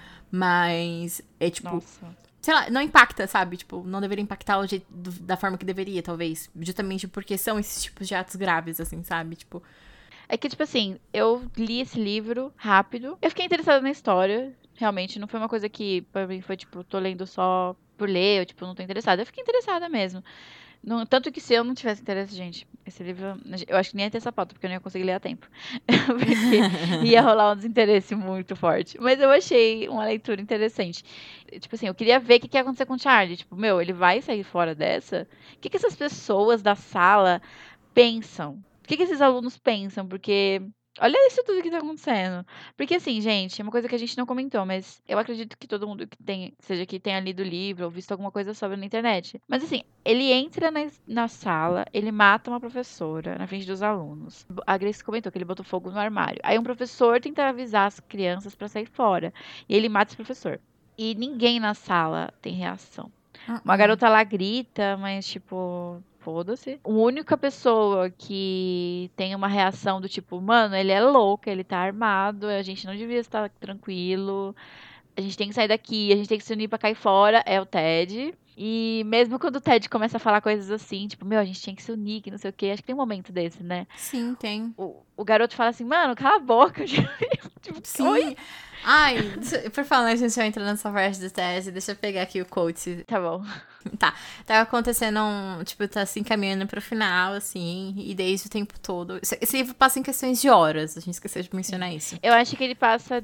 Mas é, tipo, Nossa. sei lá, não impacta, sabe? Tipo, não deveria impactar o jeito, do- da forma que deveria, talvez. Justamente porque são esses tipos de atos graves, assim, sabe? Tipo, É que, tipo assim, eu li esse livro rápido. Eu fiquei interessada na história. Realmente, não foi uma coisa que, pra mim, foi tipo, tô lendo só por ler, ou tipo, não tô interessada. Eu fiquei interessada mesmo. Não- tanto que se eu não tivesse interesse, gente, esse livro, eu acho que nem ia ter essa pauta, porque eu não ia conseguir ler a tempo. Porque ia rolar um desinteresse muito forte. Mas eu achei uma leitura interessante. Tipo assim, eu queria ver o que que ia acontecer com o Charlie. Tipo, meu, ele vai sair fora dessa? O que que essas pessoas da sala pensam? O que que esses alunos pensam? Porque olha isso tudo que tá acontecendo. Porque assim, gente, é uma coisa que a gente não comentou, mas eu acredito que todo mundo que tem, seja que tenha lido o livro ou visto alguma coisa sobre na internet. Mas assim, ele entra na, es- na sala, ele mata uma professora na frente dos alunos. A Grace comentou que ele botou fogo no armário. Aí um professor tenta avisar as crianças pra sair fora. E ele mata esse professor. E ninguém na sala tem reação. Uma uh-uh. garota lá grita, mas tipo, foda-se. A única pessoa que tem uma reação do tipo, mano, ele é louco, ele tá armado, a gente não devia estar tranquilo, a gente tem que sair daqui, a gente tem que se unir pra cair fora, é o Ted. E mesmo quando o Ted começa a falar coisas assim, tipo, meu, a gente tinha que se unir, que não sei o quê, acho que tem um momento desse, né? Sim, tem. O, o garoto fala assim, mano, cala a boca. Tipo, oi? Sim. Ai, deixa- por falar, a gente vai entrar nessa parte do tese, deixa eu pegar aqui o coach. Tá bom. Tá, tava acontecendo um, tipo, tá se encaminhando pro final, assim, e desde o tempo todo. Esse esse livro passa em questões de horas, a gente esqueceu de Sim. mencionar isso. Eu acho que ele passa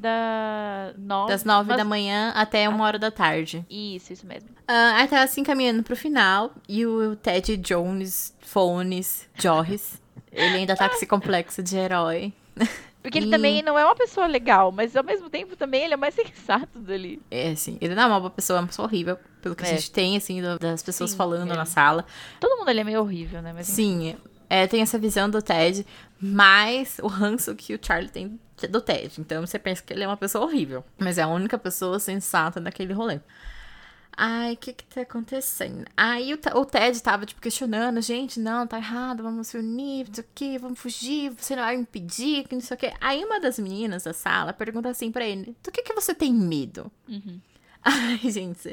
da Das nove, nove da umas, manhã até uma hora da tarde. isso, isso mesmo. Ah, aí tava se encaminhando pro final, e o Ted Jones, Phones, Jorris, ele ainda tá com esse complexo de herói. Porque ele E, também não é uma pessoa legal, mas ao mesmo tempo também ele é o mais sensato dali. é assim, ele não é uma boa pessoa, é uma pessoa horrível, pelo que a É, gente tem, assim, do- das pessoas sim, falando na ele. sala. Todo mundo ali é meio horrível, né? Mas enfim. Sim, é, tem essa visão do Ted, mas o ranço que o Charlie tem do Ted. Então você pensa que ele é uma pessoa horrível, mas é a única pessoa sensata daquele rolê. Ai, o que que tá acontecendo? Aí o, Te- o Ted tava, tipo, questionando, gente, não, tá errado, vamos se unir, não sei o quê, vamos fugir, você não vai me impedir, que não sei o quê. Aí uma das meninas da sala pergunta assim pra ele, do que que você tem medo? Uhum. Ai, gente.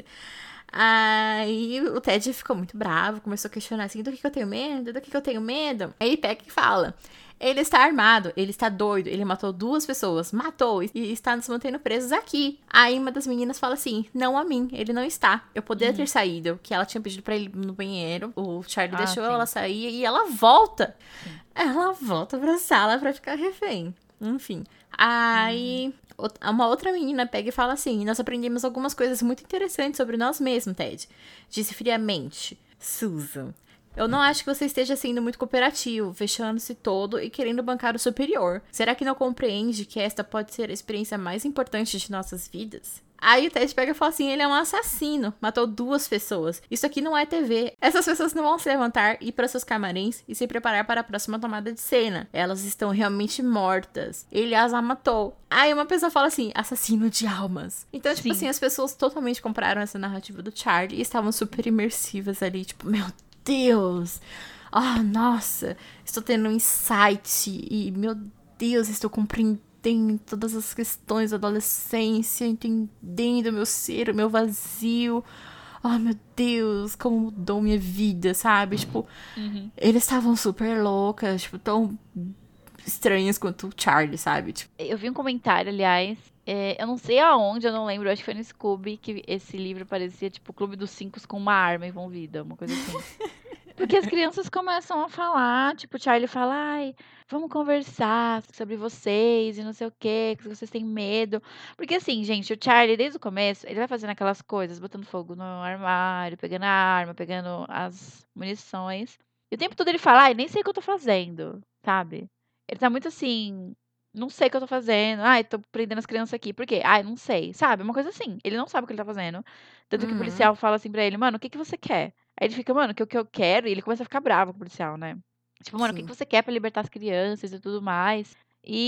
Aí o Ted ficou muito bravo, começou a questionar assim: do que, que eu tenho medo? Do que, que eu tenho medo? Aí ele pega e fala: ele está armado, ele está doido, ele matou duas pessoas, matou e está nos mantendo presos aqui. Aí uma das meninas fala assim: não a mim, ele não está. Eu poderia ter Uhum. saído, que ela tinha pedido pra ele ir no banheiro, o Charlie Ah, deixou ela sim. sair e ela volta. Sim. Ela volta pra sala pra ficar refém. Enfim. Uhum. Aí out- uma outra menina pega e fala assim: nós aprendemos algumas coisas muito interessantes sobre nós mesmos, Ted. Disse friamente. Susan. Eu não acho que você esteja sendo muito cooperativo, fechando-se todo e querendo bancar o superior. Será que não compreende que esta pode ser a experiência mais importante de nossas vidas? Aí o Ted pega e fala assim: ele é um assassino, matou duas pessoas. Isso aqui não é T V. Essas pessoas não vão se levantar, ir para seus camarins e se preparar para a próxima tomada de cena. Elas estão realmente mortas. Ele as matou. Aí uma pessoa fala assim: assassino de almas. Então, tipo assim, Sim. as pessoas totalmente compraram essa narrativa do Charlie e estavam super imersivas ali, tipo, meu Deus. Ah, nossa, estou tendo um insight e, meu Deus, estou compreendendo todas as questões da adolescência, entendendo o meu ser, o meu vazio. Oh, meu Deus, como mudou minha vida, sabe? Tipo, Uhum. eles estavam super loucas, tipo, tão estranhas quanto o Charlie, sabe? Tipo, Eu vi um comentário, aliás. É, eu não sei aonde, eu não lembro, eu acho que foi no Scooby que esse livro parecia tipo o Clube dos Cinco com uma arma envolvida, uma coisa assim. Porque as crianças começam a falar, tipo, o Charlie fala, ai, vamos conversar sobre vocês e não sei o quê, que vocês têm medo. Porque assim, gente, o Charlie, desde o começo, ele vai fazendo aquelas coisas, botando fogo no armário, pegando a arma, pegando as munições. E o tempo todo ele fala, ai, nem sei o que eu tô fazendo, sabe? Ele tá muito assim, não sei o que eu tô fazendo. Ai, tô prendendo as crianças aqui. Por quê? Ai, não sei. Sabe? Uma coisa assim. Ele não sabe o que ele tá fazendo. Tanto que o Uhum. policial fala assim pra ele, mano, o que que você quer? Aí ele fica, mano, o que, o que eu quero? E ele começa a ficar bravo com o policial, né? Tipo, mano, o que que Sim. você quer pra libertar as crianças e tudo mais?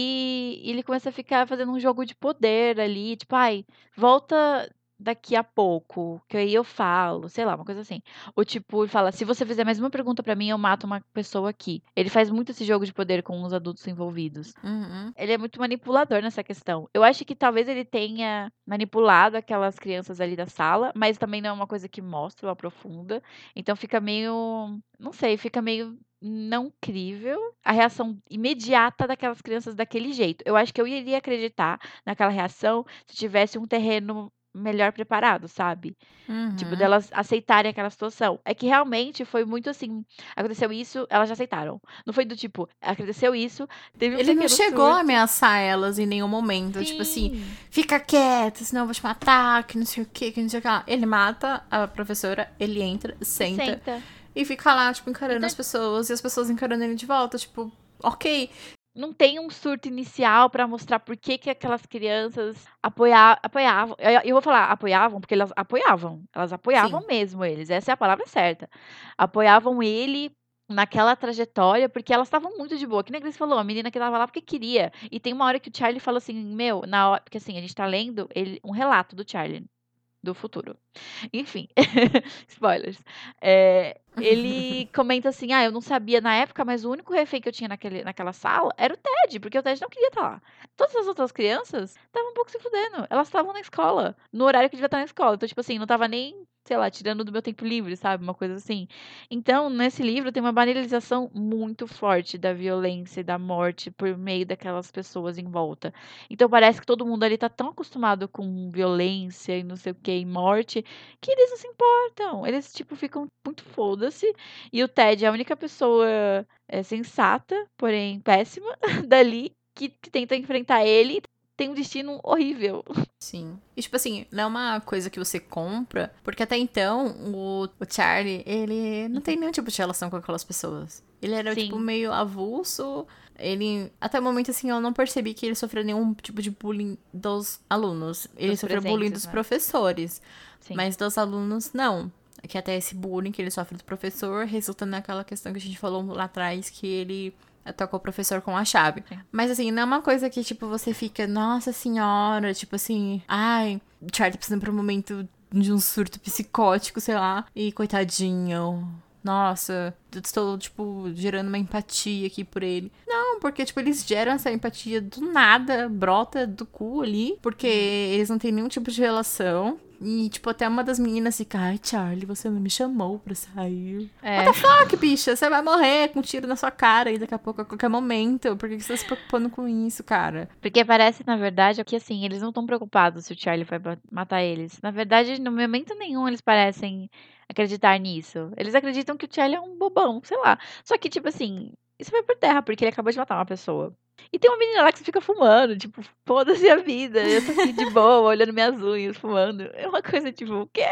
E ele começa a ficar fazendo um jogo de poder ali. Tipo, ai, volta daqui a pouco, que aí eu falo, sei lá, uma coisa assim. Ou tipo, ele fala: "Se você fizer mais uma pergunta pra mim, eu mato uma pessoa aqui". Ele faz muito esse jogo de poder com os adultos envolvidos. Uhum. Ele é muito manipulador nessa questão. Eu acho que talvez ele tenha manipulado aquelas crianças ali da sala, mas também não é uma coisa que mostra ou aprofunda. Então fica meio, não sei, fica meio não crível a reação imediata daquelas crianças daquele jeito. Eu acho que eu iria acreditar naquela reação se tivesse um terreno melhor preparado, sabe? Tipo, Uhum. delas aceitarem aquela situação. É que realmente foi muito assim, aconteceu isso, elas já aceitaram. Não foi do tipo, aconteceu isso, teve um Ele não pequeno chegou a surto. ameaçar elas em nenhum momento. Tipo assim, Sim, fica quieta, senão eu vou te matar, que não sei o que, que não sei o que lá. Ele mata a professora, ele entra, e senta senta. e fica lá, tipo, encarando Então, as pessoas e as pessoas encarando ele de volta. Tipo, ok. não tem um surto inicial pra mostrar por que que aquelas crianças apoia apoiavam. Eu eu vou falar apoiavam, porque elas apoiavam. Elas Sim. apoiavam mesmo eles, essa é a palavra certa. Apoiavam ele naquela trajetória, porque elas estavam muito de boa. Que nem a Grace falou, a menina que estava lá porque queria. E tem uma hora que o Charlie fala assim: "Meu", na hora porque assim, a gente tá lendo ele um relato do Charlie, do futuro. Enfim, spoilers. Eh, ele comenta assim: "Ah, eu não sabia na época, mas o único refém que eu tinha naquele naquela sala era o Ted, porque o Ted não queria estar lá. Todas as outras crianças estavam um pouco se fudendo, elas estavam na escola, no horário que devia estar na escola. Então, tipo assim, não estava nem, sei lá, tirando do meu tempo livre, sabe, uma coisa assim. Então, nesse livro tem uma banalização muito forte da violência e da morte por meio daquelas pessoas em volta. Então parece que todo mundo ali tá tão acostumado com violência e não sei o que, e morte, que eles não se importam. Eles, tipo, ficam muito foda-se. E o Ted é a única pessoa é, sensata, porém péssima, dali, que, que tenta enfrentar ele. Tem um destino horrível. Sim. E, tipo assim, não é uma coisa que você compra, porque até então o, o Charlie, ele não tem nenhum tipo de relação com aquelas pessoas. Ele era, tipo, Sim, meio avulso. Ele, até o momento, assim, eu não percebi que ele sofreu nenhum tipo de bullying dos alunos. Ele dos sofreu bullying presentes, dos né? professores, Sim, mas dos alunos, não. Que até esse bullying que ele sofre do professor resulta naquela questão que a gente falou lá atrás, que ele atacou o professor com a chave. sim. Mas assim, não é uma coisa que, tipo, você fica, nossa senhora, tipo assim, ai, o Charlie tá passando por um momento de um surto psicótico, sei lá, e coitadinho. Nossa, eu estou, tipo, gerando uma empatia aqui por ele. Não, porque, tipo, eles geram essa empatia do nada, brota do cu ali, porque Uhum. eles não têm nenhum tipo de relação. E, tipo, até uma das meninas fica, ai, Charlie, você não me chamou pra sair. What É. the fuck, bicha? Você vai morrer com um tiro na sua cara aí daqui a pouco, a qualquer momento. Por que que você tá se preocupando com isso, cara? Porque parece, na verdade, que assim, eles não estão preocupados se o Charlie vai ba- matar eles. Na verdade, no momento nenhum eles parecem acreditar nisso. Eles acreditam que o Charlie é um bobão, sei lá. Só que, tipo assim, isso vai por terra, porque ele acabou de matar uma pessoa. E tem uma menina lá que fica fumando, tipo, foda-se a vida. Eu tô aqui de boa, olhando minhas unhas, fumando. É uma coisa tipo, o quê?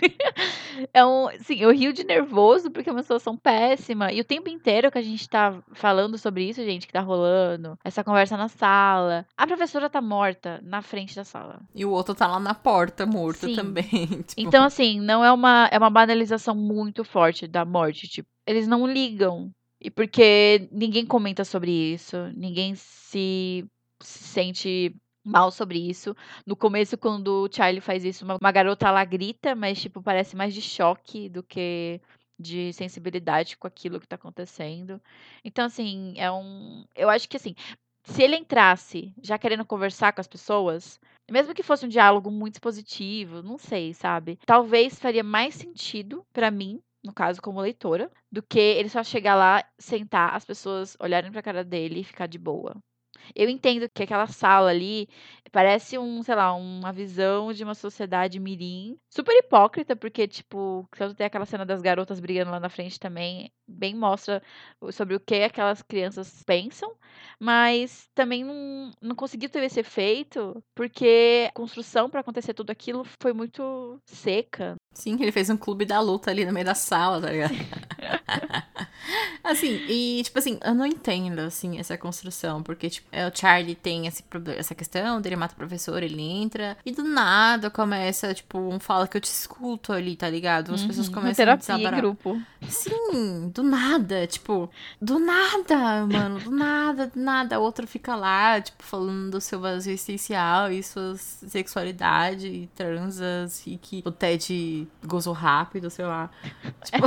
É um, sim, eu rio de nervoso porque é uma situação péssima. E o tempo inteiro que a gente tá falando sobre isso, gente, que tá rolando, essa conversa na sala, a professora tá morta na frente da sala. E o outro tá lá na porta, morto Sim. também. Tipo, Então, assim, não é uma, é uma banalização muito forte da morte. Tipo, eles não ligam. E porque ninguém comenta sobre isso, ninguém se, se sente mal sobre isso. No começo, quando o Charlie faz isso, uma, uma garota lá grita, mas, tipo, parece mais de choque do que de sensibilidade com aquilo que tá acontecendo. Então, assim, é um. Eu acho que, assim, se ele entrasse já querendo conversar com as pessoas, mesmo que fosse um diálogo muito expositivo, não sei, sabe? Talvez faria mais sentido pra mim, no caso como leitora, do que ele só chegar lá, sentar, as pessoas olharem pra cara dele e ficar de boa. Eu entendo que aquela sala ali parece um, sei lá, uma visão de uma sociedade mirim, super hipócrita, porque, tipo, quando tem aquela cena das garotas brigando lá na frente também, bem mostra o- sobre o que aquelas crianças pensam, mas também não, não conseguiu ter esse efeito, porque a construção para acontecer tudo aquilo foi muito seca. sim, ele fez um clube da luta ali no meio da sala, tá ligado? Assim, e, tipo assim, eu não entendo, assim, essa construção, porque, tipo, é, o Charlie tem esse problema, essa questão dele mata o professor, ele entra, e do nada começa, tipo, um fala que eu te escuto ali, tá ligado? As pessoas Uhum. Uma começam a terapia em desabar. grupo. Sim, do nada, tipo, do nada, mano, do nada, do nada. A outra fica lá, tipo, falando do seu vazio essencial e sua sexualidade e transas e que o Ted gozou rápido, sei lá. Tipo,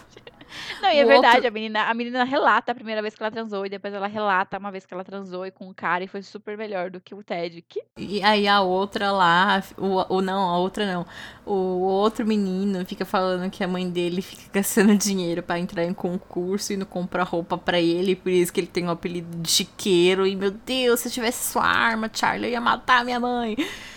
Não, e o é verdade, outro. a menina, a menina relata a primeira vez que ela transou, e depois ela relata uma vez que ela transou e com um cara e foi super melhor do que o Ted. Que E aí a outra lá, o, o não, a outra não. O outro menino fica falando que a mãe dele fica gastando dinheiro pra entrar em concurso e não compra roupa pra ele, por isso que ele tem o apelido de chiqueiro. E meu Deus, se eu tivesse sua arma, Charlie, eu ia matar minha mãe.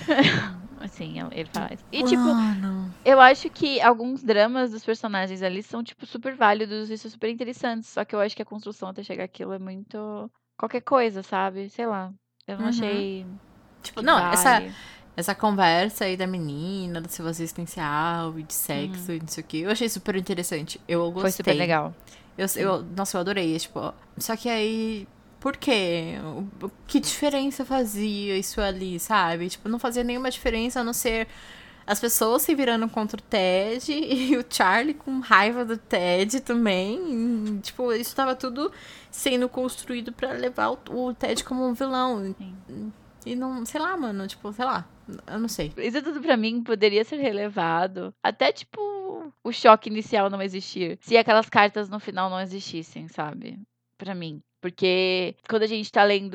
assim, ele faz. E tipo, Mano. eu acho que alguns dramas dos personagens ali são, tipo, super válidos e super interessantes. Só que eu acho que a construção até chegar àquilo é muito qualquer coisa, sabe? Sei lá. Eu não Uhum. achei Tipo, que não, essa, vale. essa conversa aí da menina, do seu vazio existencial e de sexo Uhum. e não sei o que, eu achei super interessante. Eu Foi super gostei. legal. Eu, Sim. eu, nossa, eu adorei. Tipo, só que aí. Por quê? O- o- Que diferença fazia isso ali, sabe? Tipo, não fazia nenhuma diferença a não ser as pessoas se virando contra o Ted e o Charlie com raiva do Ted também. E, tipo, isso tava tudo sendo construído pra levar o, o Ted como um vilão. Sim. E não, sei lá, mano, tipo, sei lá. Eu não sei. Isso tudo pra mim poderia ser relevado. Até, tipo, o choque inicial não existir. Se aquelas cartas no final não existissem, sabe? Pra mim. Porque quando a gente tá lendo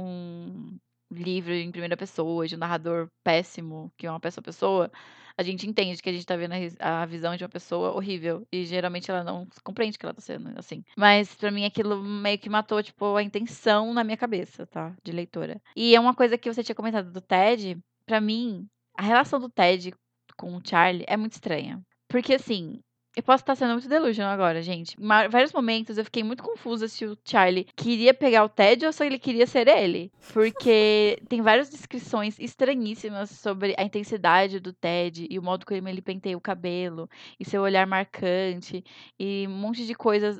um livro em primeira pessoa, de um narrador péssimo, que é uma pessoa pessoa, a gente entende que a gente tá vendo a, ris- a visão de uma pessoa horrível. E geralmente ela não compreende que ela tá sendo assim. Mas pra mim aquilo meio que matou, tipo, a intenção na minha cabeça, tá? De leitora. E é uma coisa que você tinha comentado do Ted. Pra mim, a relação do Ted com o Charlie é muito estranha. Porque assim, eu posso estar sendo muito delusional agora, gente. Em vários momentos eu fiquei muito confusa se o Charlie queria pegar o Ted ou se ele queria ser ele. Porque tem várias descrições estranhíssimas sobre a intensidade do Ted e o modo como ele penteia o cabelo e seu olhar marcante e um monte de coisas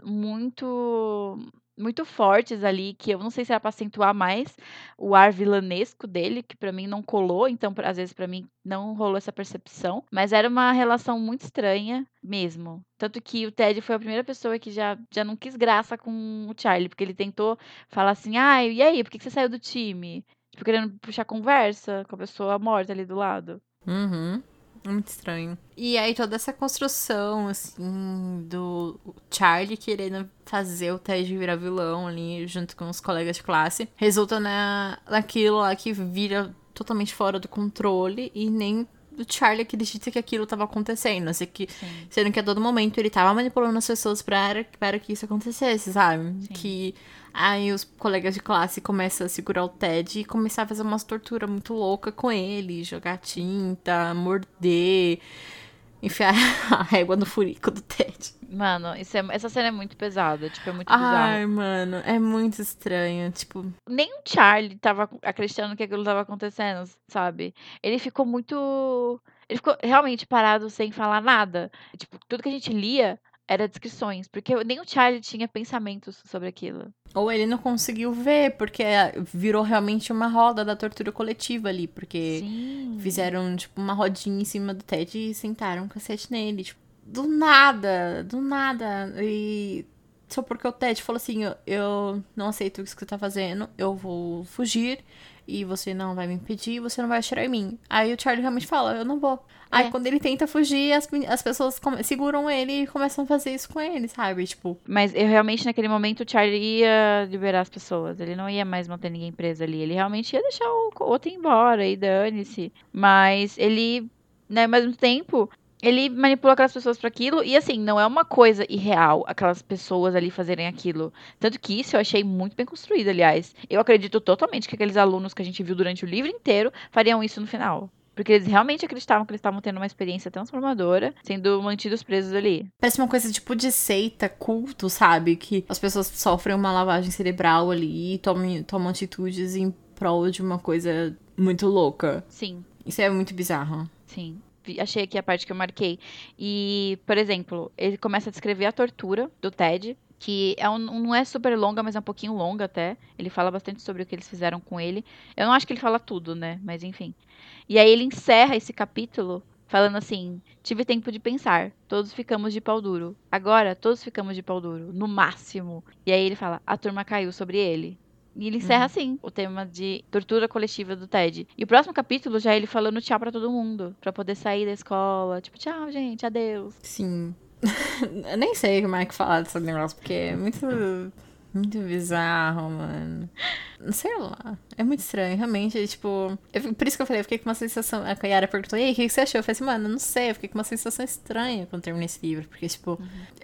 muito muito fortes ali que eu não sei se era pra acentuar mais o ar vilanesco dele, que pra mim não colou, então pra- às vezes pra mim não rolou essa percepção, mas era uma relação muito estranha mesmo. Tanto que o Ted foi a primeira pessoa que já, já não quis graça com o Charlie, porque ele tentou falar assim: "Ah, e aí, por que que você saiu do time?" Tipo, querendo puxar conversa com a pessoa morta ali do lado. Uhum. Muito estranho. E aí toda essa construção, assim, do Charlie querendo fazer o Ted virar vilão ali, junto com os colegas de classe, resulta na, naquilo lá que vira totalmente fora do controle e nem o Charlie acredita que aquilo estava acontecendo. Assim, que, Sim, sendo que a todo momento ele estava manipulando as pessoas para, para que isso acontecesse, sabe? sim. Que aí os colegas de classe começam a segurar o Ted e começar a fazer umas torturas muito loucas com ele, jogar tinta, morder, enfiar a régua no furico do Ted. Mano, isso é, essa cena é muito pesada, tipo, é muito bizarro. Ai, mano, é muito estranho. Tipo, Nem o Charlie estava acreditando que aquilo estava acontecendo, sabe. Ele ficou muito ele ficou realmente parado sem falar nada. Tipo, tudo que a gente lia era descrições, porque nem o Charlie tinha pensamentos sobre aquilo. ou ele não conseguiu ver, porque virou realmente uma roda da tortura coletiva ali, porque Sim. fizeram, tipo, uma rodinha em cima do Ted e sentaram um cacete nele, tipo, do nada, do nada. E só porque o Ted falou assim, eu, eu não aceito o que você tá fazendo, eu vou fugir e você não vai me impedir, você não vai atirar em mim. Aí o Charlie realmente fala, eu não vou. Aí É. quando ele tenta fugir, as, as pessoas seguram ele e começam a fazer isso com ele, sabe? Tipo, Mas eu realmente naquele momento o Charlie ia liberar as pessoas, ele não ia mais manter ninguém preso ali, ele realmente ia deixar o outro ir embora e dane-se. Mas ele, né, ao mesmo tempo, ele manipulou aquelas pessoas para aquilo e assim, não é uma coisa irreal aquelas pessoas ali fazerem aquilo. Tanto que isso eu achei muito bem construído, aliás. Eu acredito totalmente que aqueles alunos que a gente viu durante o livro inteiro fariam isso no final. Porque eles realmente acreditavam que eles estavam tendo uma experiência transformadora, sendo mantidos presos ali. parece uma coisa tipo de seita, culto, sabe? Que as pessoas sofrem uma lavagem cerebral ali e tomam, tomam atitudes em prol de uma coisa muito louca. Sim. Isso é muito bizarro. Sim. vi- achei aqui a parte que eu marquei. E, por exemplo, ele começa a descrever a tortura do Ted, que é um- não é super longa, mas é um pouquinho longa até. Ele fala bastante sobre o que eles fizeram com ele. Eu não acho que ele fala tudo, né? Mas enfim. E aí ele encerra esse capítulo falando assim: tive tempo de pensar, todos ficamos de pau duro. Agora todos ficamos de pau duro, no máximo. E aí ele fala: a turma caiu sobre ele. E ele encerra assim o tema de tortura coletiva do Ted. E o próximo capítulo já é ele falando tchau pra todo mundo, pra poder sair da escola. Tipo, tchau, gente, adeus. Sim. Eu nem sei como é que falar desse negócio, porque é muito, muito bizarro, mano. Sei lá. É muito estranho, realmente. é, Tipo, eu- por isso que eu falei, eu fiquei com uma sensação. A Yara perguntou, e aí, o que que você achou? Eu falei assim, mano, não sei, eu fiquei com uma sensação estranha quando terminei esse livro, porque, tipo,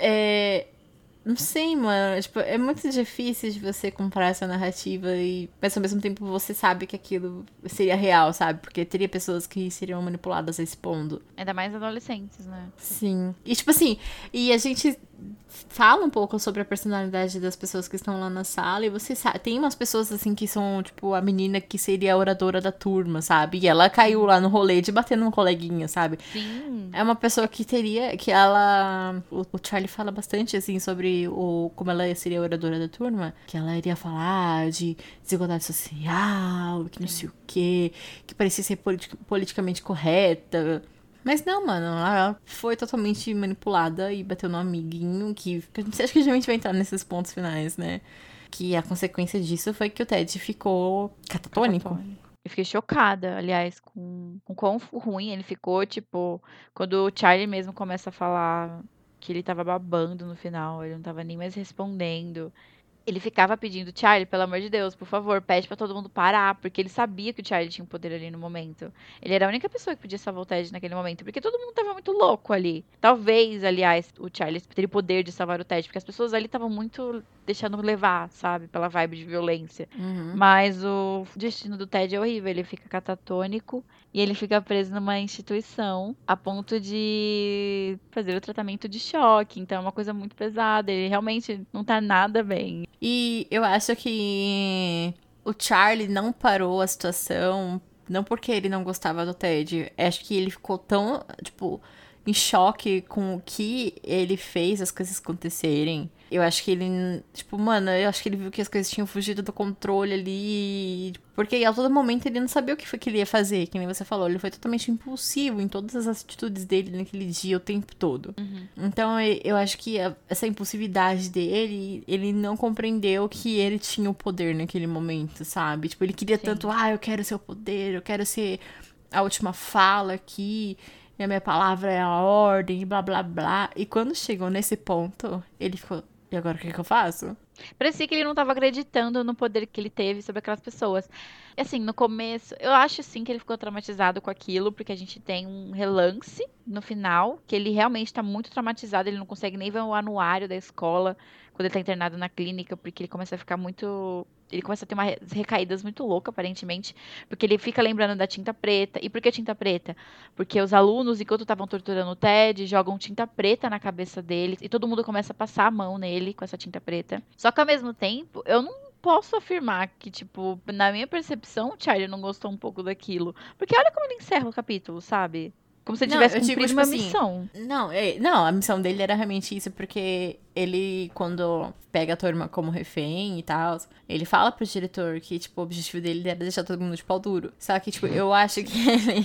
é. Não sei, mano. Tipo, é muito difícil de você comprar essa narrativa e, mas ao mesmo tempo você sabe que aquilo seria real, sabe? Porque teria pessoas que seriam manipuladas a esse ponto. Ainda mais adolescentes, né? Sim. E tipo assim, e a gente fala um pouco sobre a personalidade das pessoas que estão lá na sala e você sabe, tem umas pessoas assim que são, tipo, a menina que seria a oradora da turma, sabe? E ela caiu lá no rolê de bater num coleguinha, sabe? Sim. É uma pessoa que teria, que ela, o, o Charlie fala bastante assim sobre o como ela seria a oradora da turma, que ela iria falar de desigualdade social, que não sei o quê, que parecia ser politi- politicamente correta. Mas não, mano, ela foi totalmente manipulada e bateu no amiguinho, que que acho que a gente vai entrar nesses pontos finais, né? Que a consequência disso foi que o Ted ficou catatônico. Catatônico. Eu fiquei chocada, aliás, com, com quão ruim ele ficou, tipo, quando o Charlie mesmo começa a falar que ele tava babando no final, ele não tava nem mais respondendo. Ele ficava pedindo, Charlie, pelo amor de Deus, por favor, pede pra todo mundo parar, porque ele sabia que o Charlie tinha um poder ali no momento. Ele era a única pessoa que podia salvar o Ted naquele momento, porque todo mundo tava muito louco ali. Talvez, aliás, o Charlie teria o poder de salvar o Ted, porque as pessoas ali estavam muito deixando levar, sabe, pela vibe de violência. Uhum. Mas o destino do Ted é horrível, ele fica catatônico e ele fica preso numa instituição a ponto de fazer o tratamento de choque. Então é uma coisa muito pesada, ele realmente não tá nada bem. E eu acho que o Charlie não parou a situação, não porque ele não gostava do Ted. Acho que ele ficou tão, tipo, em choque com o que ele fez as coisas acontecerem. Eu acho que ele, tipo, mano, eu acho que ele viu que as coisas tinham fugido do controle ali. Porque a todo momento ele não sabia o que foi que ele ia fazer, que nem você falou. Ele foi totalmente impulsivo em todas as atitudes dele naquele dia, o tempo todo. Uhum. Então eu eu acho que a- essa impulsividade dele, ele não compreendeu que ele tinha o poder naquele momento, sabe? Tipo, ele queria Sim. tanto, ah, eu quero ser o poder, eu quero ser a última fala aqui, e a minha palavra é a ordem, e blá blá blá. E quando chegou nesse ponto, ele ficou, e agora o que que eu faço? Parecia que ele não estava acreditando no poder que ele teve sobre aquelas pessoas. E assim, no começo, eu acho sim que ele ficou traumatizado com aquilo, porque a gente tem um relance no final, que ele realmente tá muito traumatizado, ele não consegue nem ver o anuário da escola quando ele tá internado na clínica, porque ele começa a ficar muito. Ele começa a ter umas recaídas muito loucas, aparentemente, porque ele fica lembrando da tinta preta. E por que tinta preta? Porque os alunos, enquanto estavam torturando o Ted, jogam tinta preta na cabeça deles e todo mundo começa a passar a mão nele com essa tinta preta. Só que ao mesmo tempo, eu não posso afirmar que, tipo, na minha percepção, o Charlie não gostou um pouco daquilo. Porque olha como ele encerra o capítulo, sabe? Como se ele Não, tivesse eu digo, cumprido tipo uma assim. missão. Não, é, não, a missão dele era realmente isso, porque ele, quando pega a turma como refém e tal, ele fala pro diretor que, tipo, o objetivo dele era deixar todo mundo de pau duro. Só que, tipo, eu acho que ele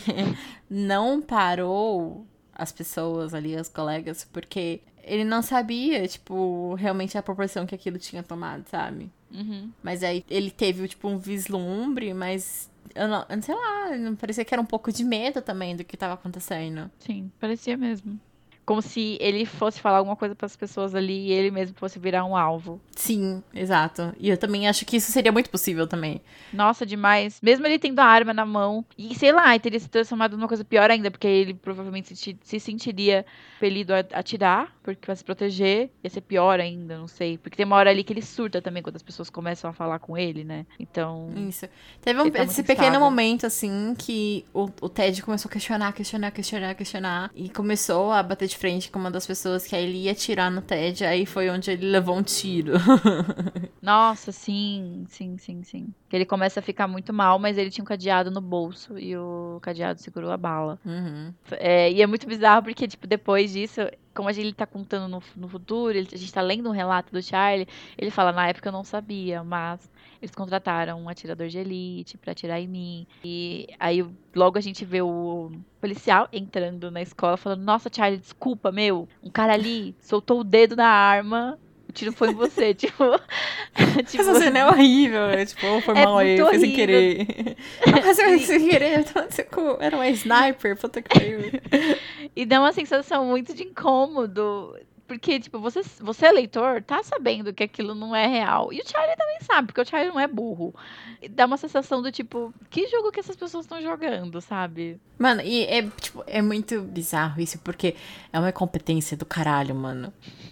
não parou as pessoas ali, os colegas, porque ele não sabia, tipo, realmente a proporção que aquilo tinha tomado, sabe? Uhum. Mas aí ele teve, tipo, um vislumbre, mas eu não, eu não sei lá, não parecia que era um pouco de medo também do que tava acontecendo. Sim, parecia mesmo. Como se ele fosse falar alguma coisa para as pessoas ali e ele mesmo fosse virar um alvo. Sim, exato. E eu também acho que isso seria muito possível também. Nossa, demais. Mesmo ele tendo a arma na mão. E sei lá, ele teria se transformado numa coisa pior ainda, porque ele provavelmente se, se sentiria impelido a atirar, porque pra se proteger. Ia ser pior ainda, não sei. Porque tem uma hora ali que ele surta também quando as pessoas começam a falar com ele, né? Então, Isso. Teve um, ele tá muito esse pequeno instável. momento, assim, que o, o Ted começou a questionar, questionar, questionar, questionar. E começou a bater de frente com uma das pessoas que aí ele ia atirar no Ted. Aí foi onde ele levou um tiro. Nossa, sim, sim, sim, sim. Que ele começa a ficar muito mal, mas ele tinha um cadeado no bolso e o cadeado segurou a bala. Uhum. É, e é muito bizarro porque, tipo, depois disso, como a gente tá contando no, no futuro, ele- a gente tá lendo um relato do Charlie, ele fala, na época eu não sabia, mas eles contrataram um atirador de elite pra atirar em mim. E aí logo a gente vê o policial entrando na escola falando, nossa, Charlie, desculpa, meu, um cara ali soltou o dedo na arma, o tiro foi em você, tipo, tipo, Essa cena é horrível. É, tipo, oh, foi é mal muito aí, foi sem horrível. querer. Ah, mas eu E, sem querer, então, tipo, era uma sniper, puta que pariu. e dá uma sensação muito de incômodo. Porque, tipo, você, você, leitor, tá sabendo que aquilo não é real. E o Charlie também sabe, porque o Charlie não é burro. E dá uma sensação do tipo, que jogo que essas pessoas estão jogando, sabe? Mano, e é, tipo, é muito bizarro isso, porque é uma incompetência do caralho, mano.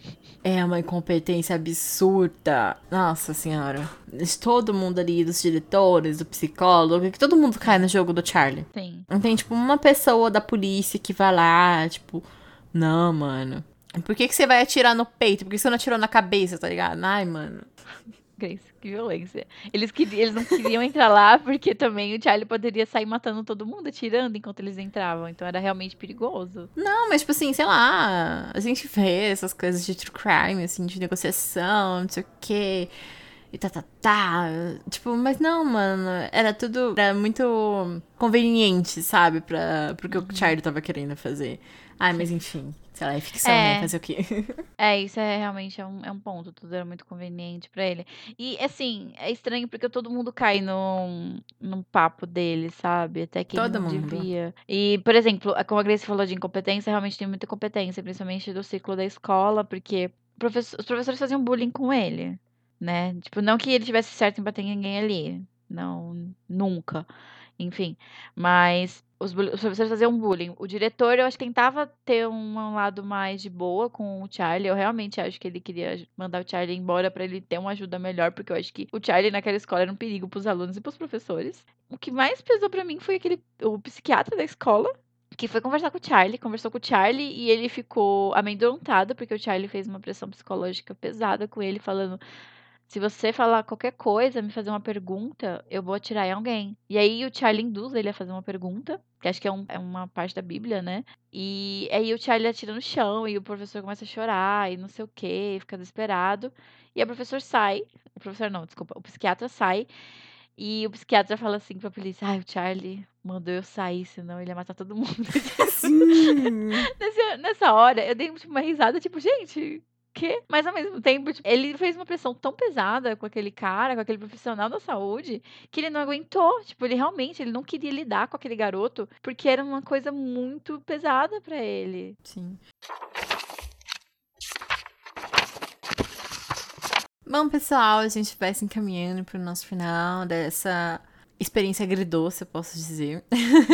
É uma incompetência absurda. Nossa senhora. De todo mundo ali, dos diretores, do psicólogo, que todo mundo cai no jogo do Charlie. Sim. Não tem, tipo, uma pessoa da polícia que vai lá, tipo, não, mano. Por que, que você vai atirar no peito? Por que você não atirou na cabeça, tá ligado? Ai, mano. Grace, que violência. Eles, queriam, eles não queriam entrar lá porque também o Charlie poderia sair matando todo mundo, atirando enquanto eles entravam. Então era realmente perigoso. Não, mas, tipo assim, sei lá, a gente vê essas coisas de true crime, assim, de negociação, não sei o quê. E tá, tá, tá. Tipo, mas não, mano. Era tudo. Era muito conveniente, sabe? Pra, pro que o Uhum. Charlie tava querendo fazer. Ai, mas Sim. enfim. Sei lá, é ficção, né? É, Fazer o quê? é, isso é realmente é um, é um ponto. Tudo era muito conveniente pra ele. E, assim, é estranho porque todo mundo cai num, num papo dele, sabe? Até que ele Todo não mundo. devia. E, por exemplo, como a Grace falou de incompetência, realmente tem muita competência, principalmente do ciclo da escola, porque professor- os professores faziam bullying com ele, né? Tipo, não que ele tivesse certo em bater em ninguém ali. Não, nunca. Enfim, mas os, bully- os professores faziam bullying. O diretor, eu acho que tentava ter um, um lado mais de boa com o Charlie. Eu realmente acho que ele queria mandar o Charlie embora pra ele ter uma ajuda melhor, porque eu acho que o Charlie naquela escola era um perigo pros alunos e pros professores. O que mais pesou pra mim foi aquele o psiquiatra da escola. Que foi conversar com o Charlie, conversou com o Charlie e ele ficou amedrontado, porque o Charlie fez uma pressão psicológica pesada com ele, falando: se você falar qualquer coisa, me fazer uma pergunta, eu vou atirar em alguém. E aí o Charlie induz ele a fazer uma pergunta, que acho que é, um- é uma parte da Bíblia, né? E aí o Charlie atira no chão e o professor começa a chorar e não sei o quê, fica desesperado. E o professor sai, o professor não, desculpa, o psiquiatra sai e o psiquiatra fala assim pra polícia: ai, o Charlie mandou eu sair, senão ele ia matar todo mundo. Sim. Nessa, nessa hora, eu dei tipo, uma risada, tipo, gente, quê? Mas ao mesmo tempo, tipo, ele fez uma pressão tão pesada com aquele cara, com aquele profissional da saúde, que ele não aguentou. Tipo, ele realmente, ele não queria lidar com aquele garoto, porque era uma coisa muito pesada pra ele. Sim. Bom, pessoal, a gente vai se encaminhando pro nosso final dessa experiência agridoce, eu posso dizer.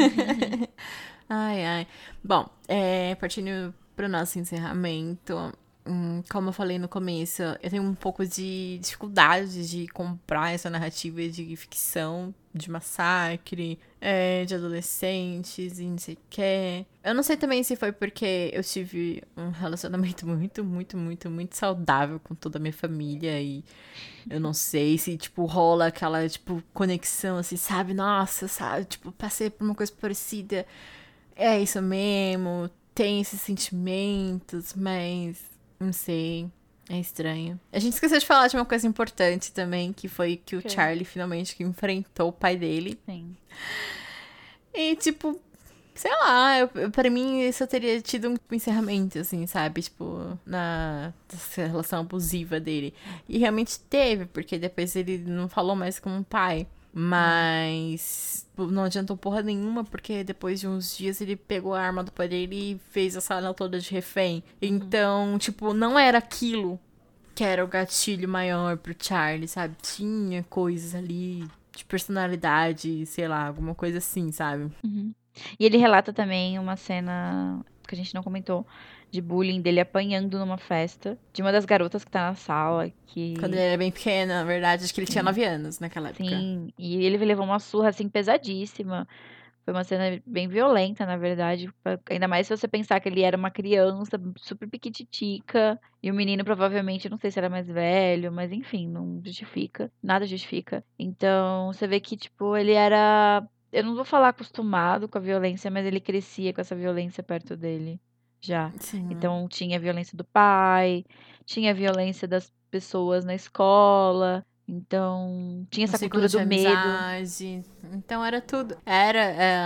Ai, ai. Bom, é, partindo pro nosso encerramento, hum, como eu falei no começo, eu tenho um pouco de dificuldade de comprar essa narrativa de ficção, de massacre, é, de adolescentes e não sei o que. Eu não sei também se foi porque eu tive um relacionamento muito, muito, muito, muito saudável com toda a minha família e eu não sei se, tipo, rola aquela, tipo, conexão, assim, sabe? Nossa, sabe? Tipo, passei por uma coisa parecida. É isso mesmo, tem esses sentimentos, mas não sei, é estranho. A gente esqueceu de falar de uma coisa importante também, que foi que o Que? Charlie finalmente que enfrentou o pai dele. Sim. E, tipo, sei lá, eu, eu- pra mim isso teria tido um encerramento, assim, sabe? Tipo, na dessa relação abusiva dele. E realmente teve, porque depois ele não falou mais com o pai. Não. Mas tipo, não adiantou porra nenhuma, porque depois de uns dias ele pegou a arma do pai dele e fez a sala toda de refém. Uhum. Então, tipo, não era aquilo que era o gatilho maior pro Charlie, sabe? Tinha coisas ali de personalidade, sei lá, alguma coisa assim, sabe? Uhum. E ele relata também uma cena que a gente não comentou de bullying dele apanhando numa festa de uma das garotas que tá na sala, Quando ele que era bem pequeno, na verdade, acho que ele tinha sim, nove anos naquela época. sim, e ele levou uma surra assim pesadíssima. Foi uma cena bem violenta, na verdade. Ainda mais se você pensar que ele era uma criança super piquititica. E o menino provavelmente, não sei se era mais velho, mas enfim, não justifica. Nada justifica. Então, você vê que, tipo, ele era. Eu não vou falar acostumado com a violência, mas ele crescia com essa violência perto dele. Já. Sim. Então, tinha a violência do pai, tinha a violência das pessoas na escola. Então, tinha Um essa círculo cultura de do medo. amizade. Então era tudo. Era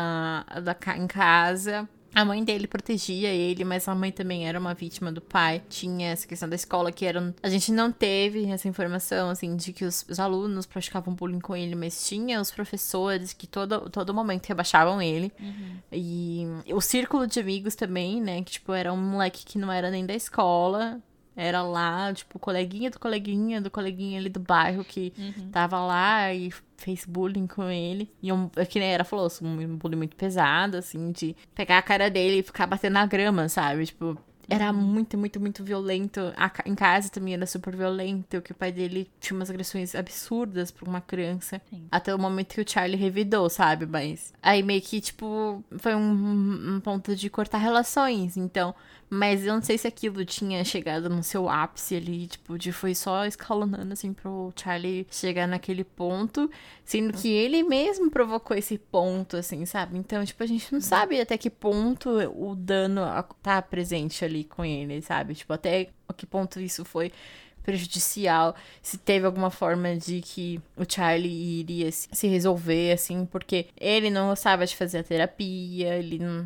é, da, ca- em casa. A mãe dele protegia ele, mas a mãe também era uma vítima do pai. Tinha essa questão da escola que era. A gente não teve essa informação, assim, de que os, os alunos praticavam bullying com ele, mas tinha os professores que todo, todo momento rebaixavam ele. Uhum. E o círculo de amigos também, né? Que, tipo, era um moleque que não era nem da escola. Era lá, tipo, coleguinha do coleguinha, do coleguinha ali do bairro que Uhum. tava lá e fez bullying com ele. E um, é que nem era, falou, um bullying muito pesado, assim, de pegar a cara dele e ficar batendo na grama, sabe? Tipo, era Uhum. muito, muito, muito violento. A ca- em casa também era super violento, que o pai dele tinha umas agressões absurdas pra uma criança. Sim. Até o momento que o Charlie revidou, sabe? Mas aí meio que, tipo, foi um, um ponto de cortar relações, então... Mas eu não sei se aquilo tinha chegado no seu ápice ali, tipo, de foi só escalonando, assim, pro Charlie chegar naquele ponto, sendo que ele mesmo provocou esse ponto, assim, sabe? Então, tipo, a gente não sabe até que ponto o dano tá presente ali com ele, sabe? Tipo, até que ponto isso foi prejudicial, se teve alguma forma de que o Charlie iria se resolver, assim, porque ele não gostava de fazer a terapia, ele não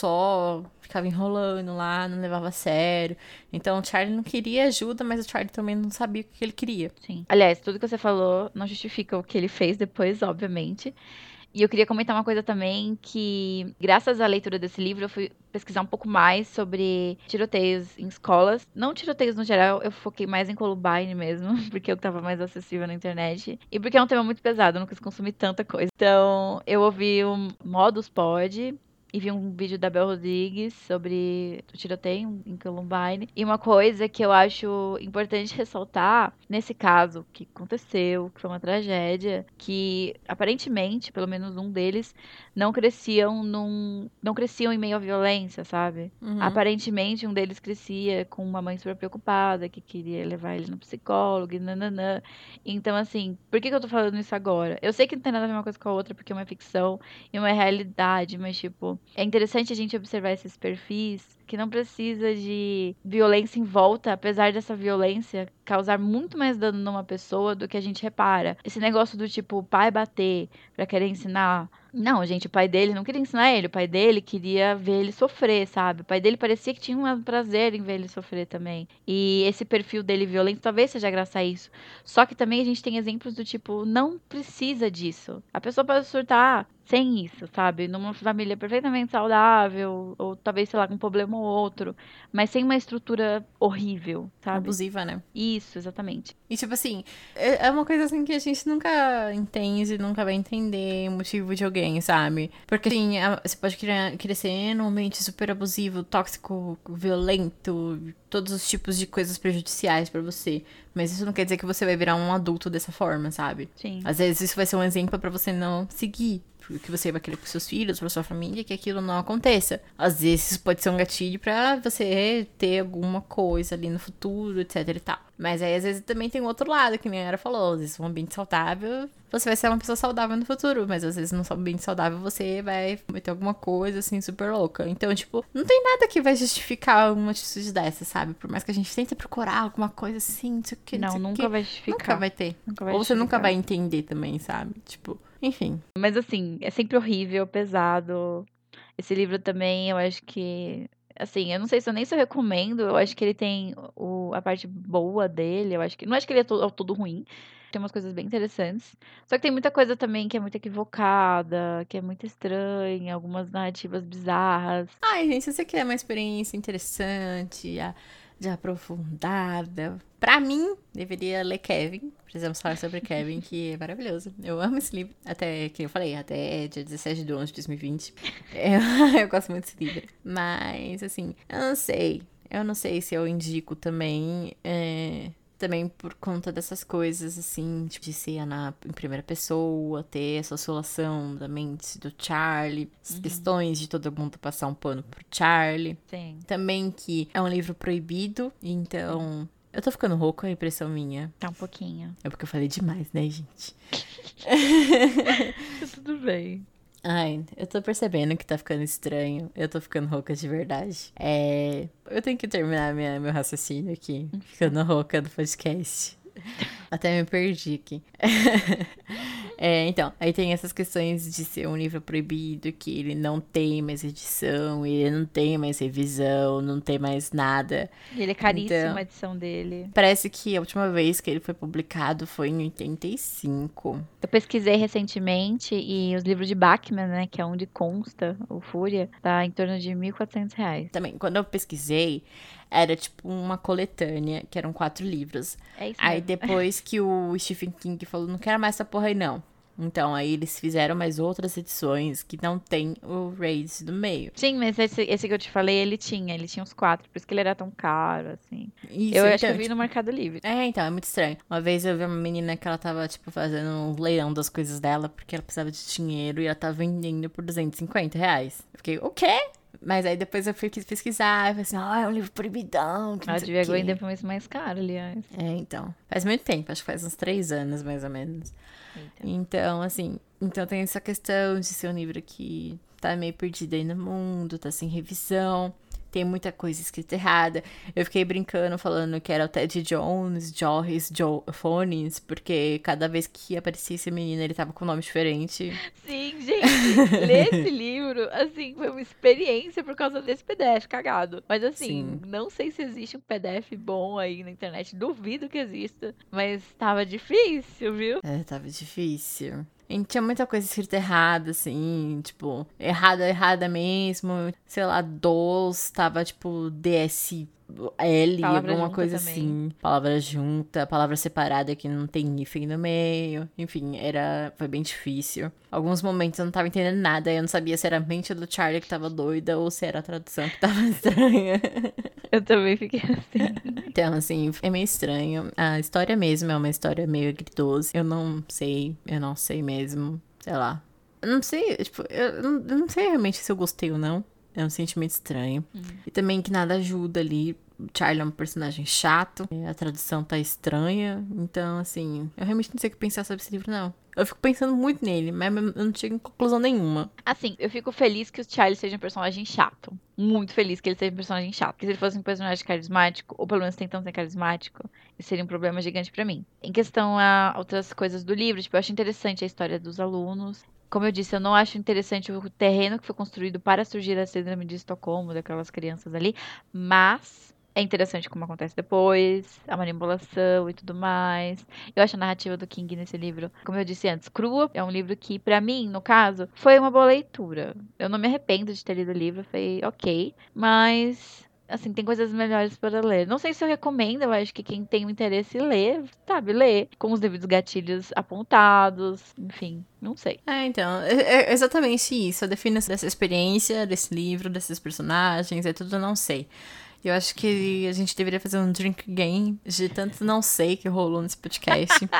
só ficava enrolando lá, não levava a sério. Então o Charlie não queria ajuda, mas o Charlie também não sabia o que ele queria. Sim. Aliás, tudo que você falou não justifica o que ele fez depois, obviamente. E eu queria comentar uma coisa também que, graças à leitura desse livro, eu fui pesquisar um pouco mais sobre tiroteios em escolas. Não tiroteios no geral, eu foquei mais em Columbine mesmo, porque eu tava mais acessível na internet. E porque é um tema muito pesado, eu não quis consumir tanta coisa. Então, eu ouvi o Modus Pod e vi um vídeo da Bel Rodrigues sobre o tiroteio em Columbine. E uma coisa que eu acho importante ressaltar, nesse caso que aconteceu, que foi uma tragédia, que aparentemente, pelo menos um deles, não cresciam num, não cresciam em meio à violência, sabe? Uhum. Aparentemente, um deles crescia com uma mãe super preocupada, que queria levar ele no psicólogo e nananã. Então, assim, por que que eu tô falando isso agora? Eu sei que não tem nada a ver uma coisa com a outra, porque é uma ficção e uma realidade, mas, tipo, é interessante a gente observar esses perfis que não precisa de violência em volta, apesar dessa violência causar muito mais dano numa pessoa do que a gente repara. Esse negócio do tipo, o pai bater pra querer ensinar. Não, gente, o pai dele não queria ensinar ele, o pai dele queria ver ele sofrer, sabe? O pai dele parecia que tinha um prazer em ver ele sofrer também. E esse perfil dele violento talvez seja graças a isso. Só que também a gente tem exemplos do tipo, não precisa disso. A pessoa pode surtar sem isso, sabe? Numa família perfeitamente saudável, ou talvez, sei lá, com um problema ou outro, mas sem uma estrutura horrível, sabe? Abusiva, né? Isso, exatamente. E, tipo assim, é é uma coisa assim que a gente nunca entende, nunca vai entender o motivo de alguém, sabe? Porque, assim, a- você pode criar, crescer num ambiente super abusivo, tóxico, violento, todos os tipos de coisas prejudiciais pra você. Mas isso não quer dizer que você vai virar um adulto dessa forma, sabe? Sim. Às vezes isso vai ser um exemplo pra você não seguir. Que você vai querer pros seus filhos, pra sua família, que aquilo não aconteça. Às vezes isso pode ser um gatilho pra você ter alguma coisa ali no futuro, etc e tal. Mas aí às vezes também tem um outro lado, que nem a Yara falou. Às vezes um ambiente saudável, você vai ser uma pessoa saudável no futuro. Mas às vezes num ambiente saudável você vai cometer alguma coisa assim super louca. Então, tipo, não tem nada que vai justificar uma atitude dessa, sabe? Por mais que a gente tente procurar alguma coisa assim, não sei o que, não, Não, sei o nunca que, vai justificar. nunca vai ter. Nunca vai Ou você nunca justificar. vai entender também, sabe? Tipo, enfim. Mas assim, é sempre horrível, pesado. Esse livro também, eu acho que. Assim, eu não sei se eu nem se eu recomendo. Eu acho que ele tem o, a parte boa dele. Eu acho que. Não acho que ele é todo, todo ruim. Tem umas coisas bem interessantes. Só que tem muita coisa também que é muito equivocada, que é muito estranha, algumas narrativas bizarras. Ai, gente, se você quer uma experiência interessante, a- de aprofundada, pra mim, deveria ler Kevin. Precisamos falar sobre Kevin, que é maravilhoso. Eu amo esse livro. Até, que eu falei, até dia dezessete de onze de dois mil e vinte. Eu, eu gosto muito desse livro. Mas, assim, eu não sei. Eu não sei se eu indico também. É... também por conta dessas coisas, assim, tipo, de ser na, em primeira pessoa, ter essa oscilação da mente do Charlie, as Uhum. questões de todo mundo passar um pano pro Charlie. Sim. Também que é um livro proibido, então... Eu tô ficando rouca, é a impressão minha. Tá um pouquinho. É porque eu falei demais, né, gente? Tudo bem. Ai, eu tô percebendo que tá ficando estranho. Eu tô ficando rouca de verdade. É... Eu tenho que terminar minha, meu raciocínio aqui. Ficando rouca do podcast. Até me perdi aqui. É, então, aí tem essas questões de ser um livro proibido, que ele não tem mais edição, ele não tem mais revisão, não tem mais nada. E ele é caríssimo Então, a edição dele. parece que a última vez que ele foi publicado foi em oitenta e cinco. Eu pesquisei recentemente e os livros de Bachmann, né, que é onde consta o Fúria, tá em torno de mil e quatrocentos reais. Também, quando eu pesquisei, era tipo uma coletânea, que eram quatro livros. É isso Aí mesmo. depois que o Stephen King falou, não quero mais essa porra aí não. Então aí eles fizeram mais outras edições que não tem o Raids do meio. Sim, mas esse, esse que eu te falei, ele tinha. Ele tinha os quatro, por isso que ele era tão caro, assim. Isso, Eu acho então, que eu vi tipo, no Mercado Livre. é, então, é muito estranho. Uma vez eu vi uma menina que ela tava, tipo, fazendo um leilão das coisas dela, porque ela precisava de dinheiro e ela tava vendendo por duzentos e cinquenta reais. Eu fiquei, o quê? Mas aí depois eu fui pesquisar, e falei assim, ah, é um livro proibidão, que não Ela sei devia o quê. vender por mais mais caro, aliás. É, então. Faz muito tempo, acho que faz uns três anos, mais ou menos. Eita. Então, assim, então tem essa questão de ser um livro que tá meio perdido aí no mundo, tá sem revisão, tem muita coisa escrita errada. Eu fiquei brincando, falando que era o Ted Jones, Joris jo Phones, porque cada vez que aparecia esse menino, ele tava com um nome diferente. Sim, gente, ler esse livro, assim, foi uma experiência por causa desse P D F cagado. Mas assim, Sim. não sei se existe um P D F bom aí na internet, duvido que exista, mas tava difícil, viu? É, tava difícil. E tinha muita coisa escrita errada, assim, tipo, errada, errada mesmo. Sei lá, dos, tava tipo D S L, Palavra alguma junta coisa também. assim. Palavra junta, palavra separada que não tem hífen no meio. Enfim, era. Foi bem difícil. Alguns momentos eu não tava entendendo nada. Eu não sabia se era a mente do Charlie que tava doida ou se era a tradução que tava estranha. Eu também fiquei assim. Então, assim, é meio estranho. A história mesmo é uma história meio agridoce. Eu não sei, eu não sei mesmo. Sei lá. Eu não sei, tipo, eu não, eu não sei realmente se eu gostei ou não. É um sentimento estranho. Uhum. E também que nada ajuda ali. O Charlie é um personagem chato. A tradução tá estranha. Então, assim, eu realmente não sei o que pensar sobre esse livro, não. Eu fico pensando muito nele, mas eu não chego em conclusão nenhuma. Assim, eu fico feliz que o Charlie seja um personagem chato. Muito feliz que ele seja um personagem chato. Porque se ele fosse um personagem carismático, ou pelo menos tentando ser carismático, isso seria um problema gigante pra mim. Em questão a outras coisas do livro, tipo, eu acho interessante a história dos alunos. Como eu disse, eu não acho interessante o terreno que foi construído para surgir a síndrome de Estocolmo, daquelas crianças ali, mas é interessante como acontece depois, a manipulação e tudo mais. Eu acho a narrativa do King nesse livro, como eu disse antes, crua. É um livro que, pra mim, no caso, foi uma boa leitura. Eu não me arrependo de ter lido o livro, foi ok, mas... Assim, tem coisas melhores para ler. Não sei se eu recomendo, eu acho que quem tem um interesse lê, sabe, lê. Com os devidos gatilhos apontados, enfim, não sei. É, então, é, é exatamente isso. A definição dessa experiência, desse livro, desses personagens, é tudo não sei. Eu acho que a gente deveria fazer um drink game de tanto não sei que rolou nesse podcast.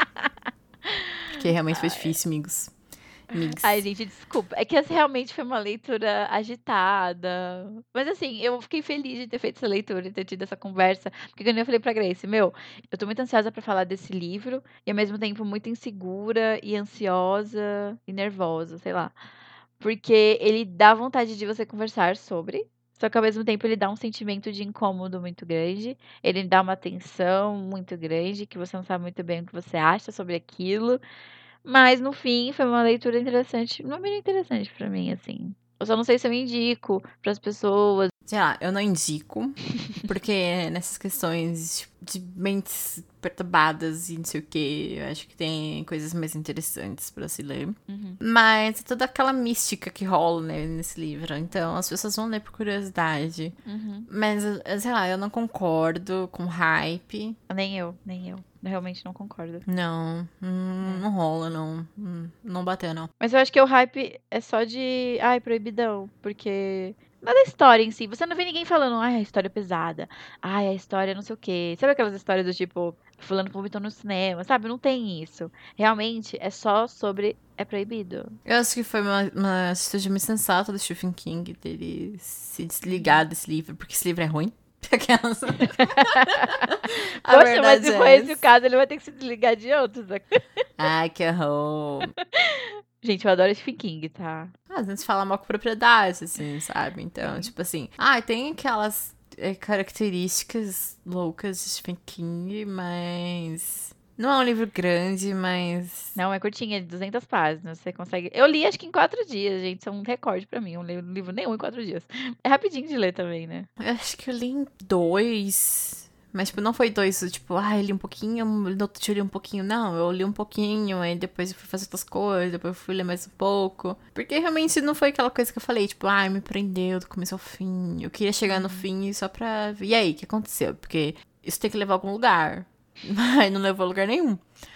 Porque realmente foi difícil, amigos. Amigos. Ai, gente, desculpa. É que essa realmente foi uma leitura agitada. Mas assim, eu fiquei feliz de ter feito essa leitura e ter tido essa conversa. Porque quando eu falei pra Grace, meu, eu tô muito ansiosa pra falar desse livro. E ao mesmo tempo muito insegura e ansiosa e nervosa, sei lá. Porque ele dá vontade de você conversar sobre. Só que ao mesmo tempo ele dá um sentimento de incômodo muito grande. Ele dá uma tensão muito grande, que você não sabe muito bem o que você acha sobre aquilo. Mas no fim foi uma leitura interessante, uma bem interessante pra mim, assim. Eu só não sei se eu indico pras pessoas. Sei lá, eu não indico, porque nessas questões de mentes perturbadas e não sei o que, eu acho que tem coisas mais interessantes pra se ler. Uhum. Mas é toda aquela mística que rola, né, nesse livro. Então as pessoas vão ler por curiosidade. Uhum. Mas, sei lá, eu não concordo com hype. Nem eu, nem eu. Eu realmente não concordo. Não, não, não rola, não. Não bateu, não. Mas eu acho que o hype é só de. Ai, proibidão. Porque Não da história em si. Você não vê ninguém falando, ai, a história é pesada. Ai, a história não sei o quê. Sabe aquelas histórias do tipo, fulano vomitou no cinema, sabe? Não tem isso. Realmente é só sobre é proibido. Eu acho que foi uma, uma atitude muito sensata do Stephen King dele se desligar Uhum. desse livro, porque esse livro é ruim. Aquelas- A Poxa, mas verdade se for é esse o essa. caso, ele vai ter que se desligar de outros. Ai, que horror. Gente, eu adoro Stephen King, tá? Às vezes fala mal com propriedade, assim, sabe? Então, Sim. tipo assim, ah, tem aquelas é, características loucas de Stephen King, mas não é um livro grande, mas Não, é curtinha, é de duzentas páginas. Você consegue. Eu li acho que em quatro dias, gente. Isso é um recorde pra mim. Eu não leio um livro nenhum em quatro dias. É rapidinho de ler também, né? eu acho que eu li em dois. Mas, tipo, não foi dois, tipo, ah, eu li um pouquinho, no outro dia eu li um pouquinho. Não, eu li um pouquinho, aí depois eu fui fazer outras coisas, depois eu fui ler mais um pouco. Porque realmente não foi aquela coisa que eu falei, tipo, ai, me prendeu do começo ao fim. Eu queria chegar no Uhum. fim só pra. E aí, o que aconteceu? Porque isso tem que levar a algum lugar. Mas não levou a lugar nenhum.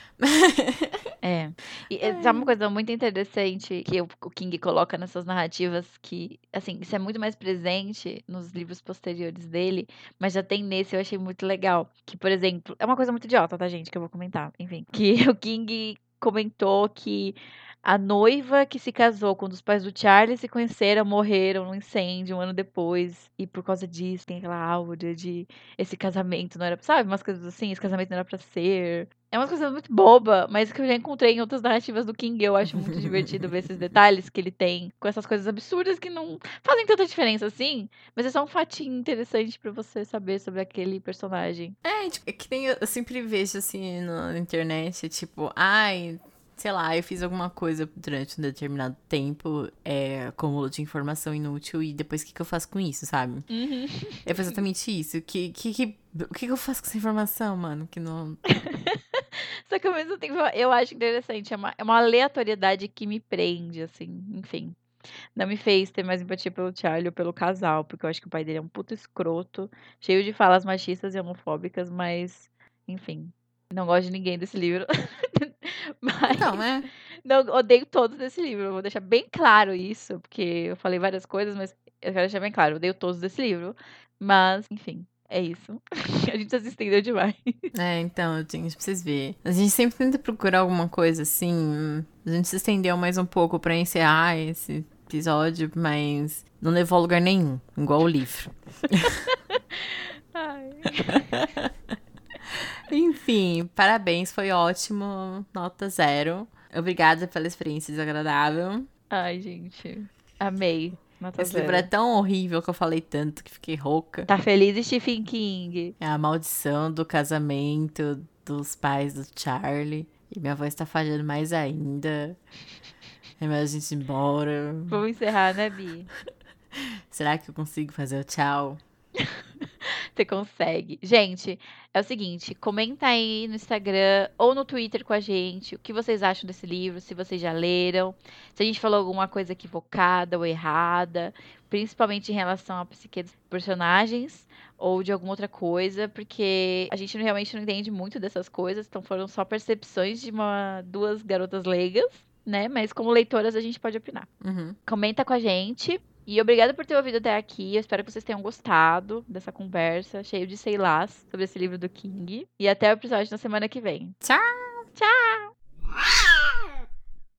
É. E eh, sabe uma coisa muito interessante que o o King coloca nessas narrativas que, assim, isso é muito mais presente nos livros posteriores dele, mas já tem nesse, eu achei muito legal. Que, por exemplo, é uma coisa muito idiota, tá, gente, que eu vou comentar, enfim. Que o King comentou que a noiva que se casou quando os pais do Charlie se conheceram morreram num incêndio um ano depois. E por causa disso tem aquela áurea de esse casamento não era, sabe, umas coisas assim, esse casamento não era pra ser. É uma coisa muito boba, mas que eu já encontrei em outras narrativas do King. Eu acho muito divertido ver esses detalhes que ele tem com essas coisas absurdas que não fazem tanta diferença assim, mas é só um fatinho interessante pra você saber sobre aquele personagem. É, tipo, é que nem eu, eu sempre vejo assim no- na internet, tipo, ai, sei lá, eu fiz alguma coisa durante um determinado tempo, é, acúmulo de informação inútil, e depois o que, que eu faço com isso, sabe? Uhum. É exatamente isso. Que, que, que, o que, que eu faço com essa informação, mano? Que não. Só que ao mesmo tempo eu acho interessante, é uma, é uma aleatoriedade que me prende, assim, enfim. Não me fez ter mais empatia pelo Charlie ou pelo casal, porque eu acho que o pai dele é um puto escroto, cheio de falas machistas e homofóbicas, mas, enfim, não gosto de ninguém desse livro. Então, Mas é. não, odeio todos desse livro. Eu vou deixar bem claro isso, porque eu falei várias coisas, mas eu quero deixar bem claro, eu odeio todos desse livro. Mas, enfim, é isso. A gente já se estendeu demais. É, então, gente, pra vocês verem. A gente sempre tenta procurar alguma coisa assim. A gente se estendeu mais um pouco pra encerrar esse episódio, mas não levou a lugar nenhum, igual o livro. Ai. Enfim, parabéns, foi ótimo. Nota zero. Obrigada pela experiência desagradável. Ai, gente. Amei. Nota Esse livro é zero. tão horrível que eu falei tanto que fiquei rouca. Tá feliz, Stephen King? É a maldição do casamento dos pais do Charlie. E minha voz tá falhando mais ainda. É melhor a gente ir embora. Vamos encerrar, né, Bi? Será que eu consigo fazer o tchau? Você consegue. Gente, é o seguinte, comenta aí no Instagram ou no Twitter com a gente o que vocês acham desse livro, se vocês já leram, se a gente falou alguma coisa equivocada ou errada, principalmente em relação à psique dos personagens ou de alguma outra coisa, porque a gente realmente não entende muito dessas coisas, então foram só percepções de uma, duas garotas leigas, né? Mas como leitoras a gente pode opinar. Uhum. Comenta com a gente. E obrigada por ter ouvido até aqui. Eu espero que vocês tenham gostado dessa conversa, cheio de sei lás sobre esse livro do King. E até o episódio na semana que vem. Tchau! Tchau!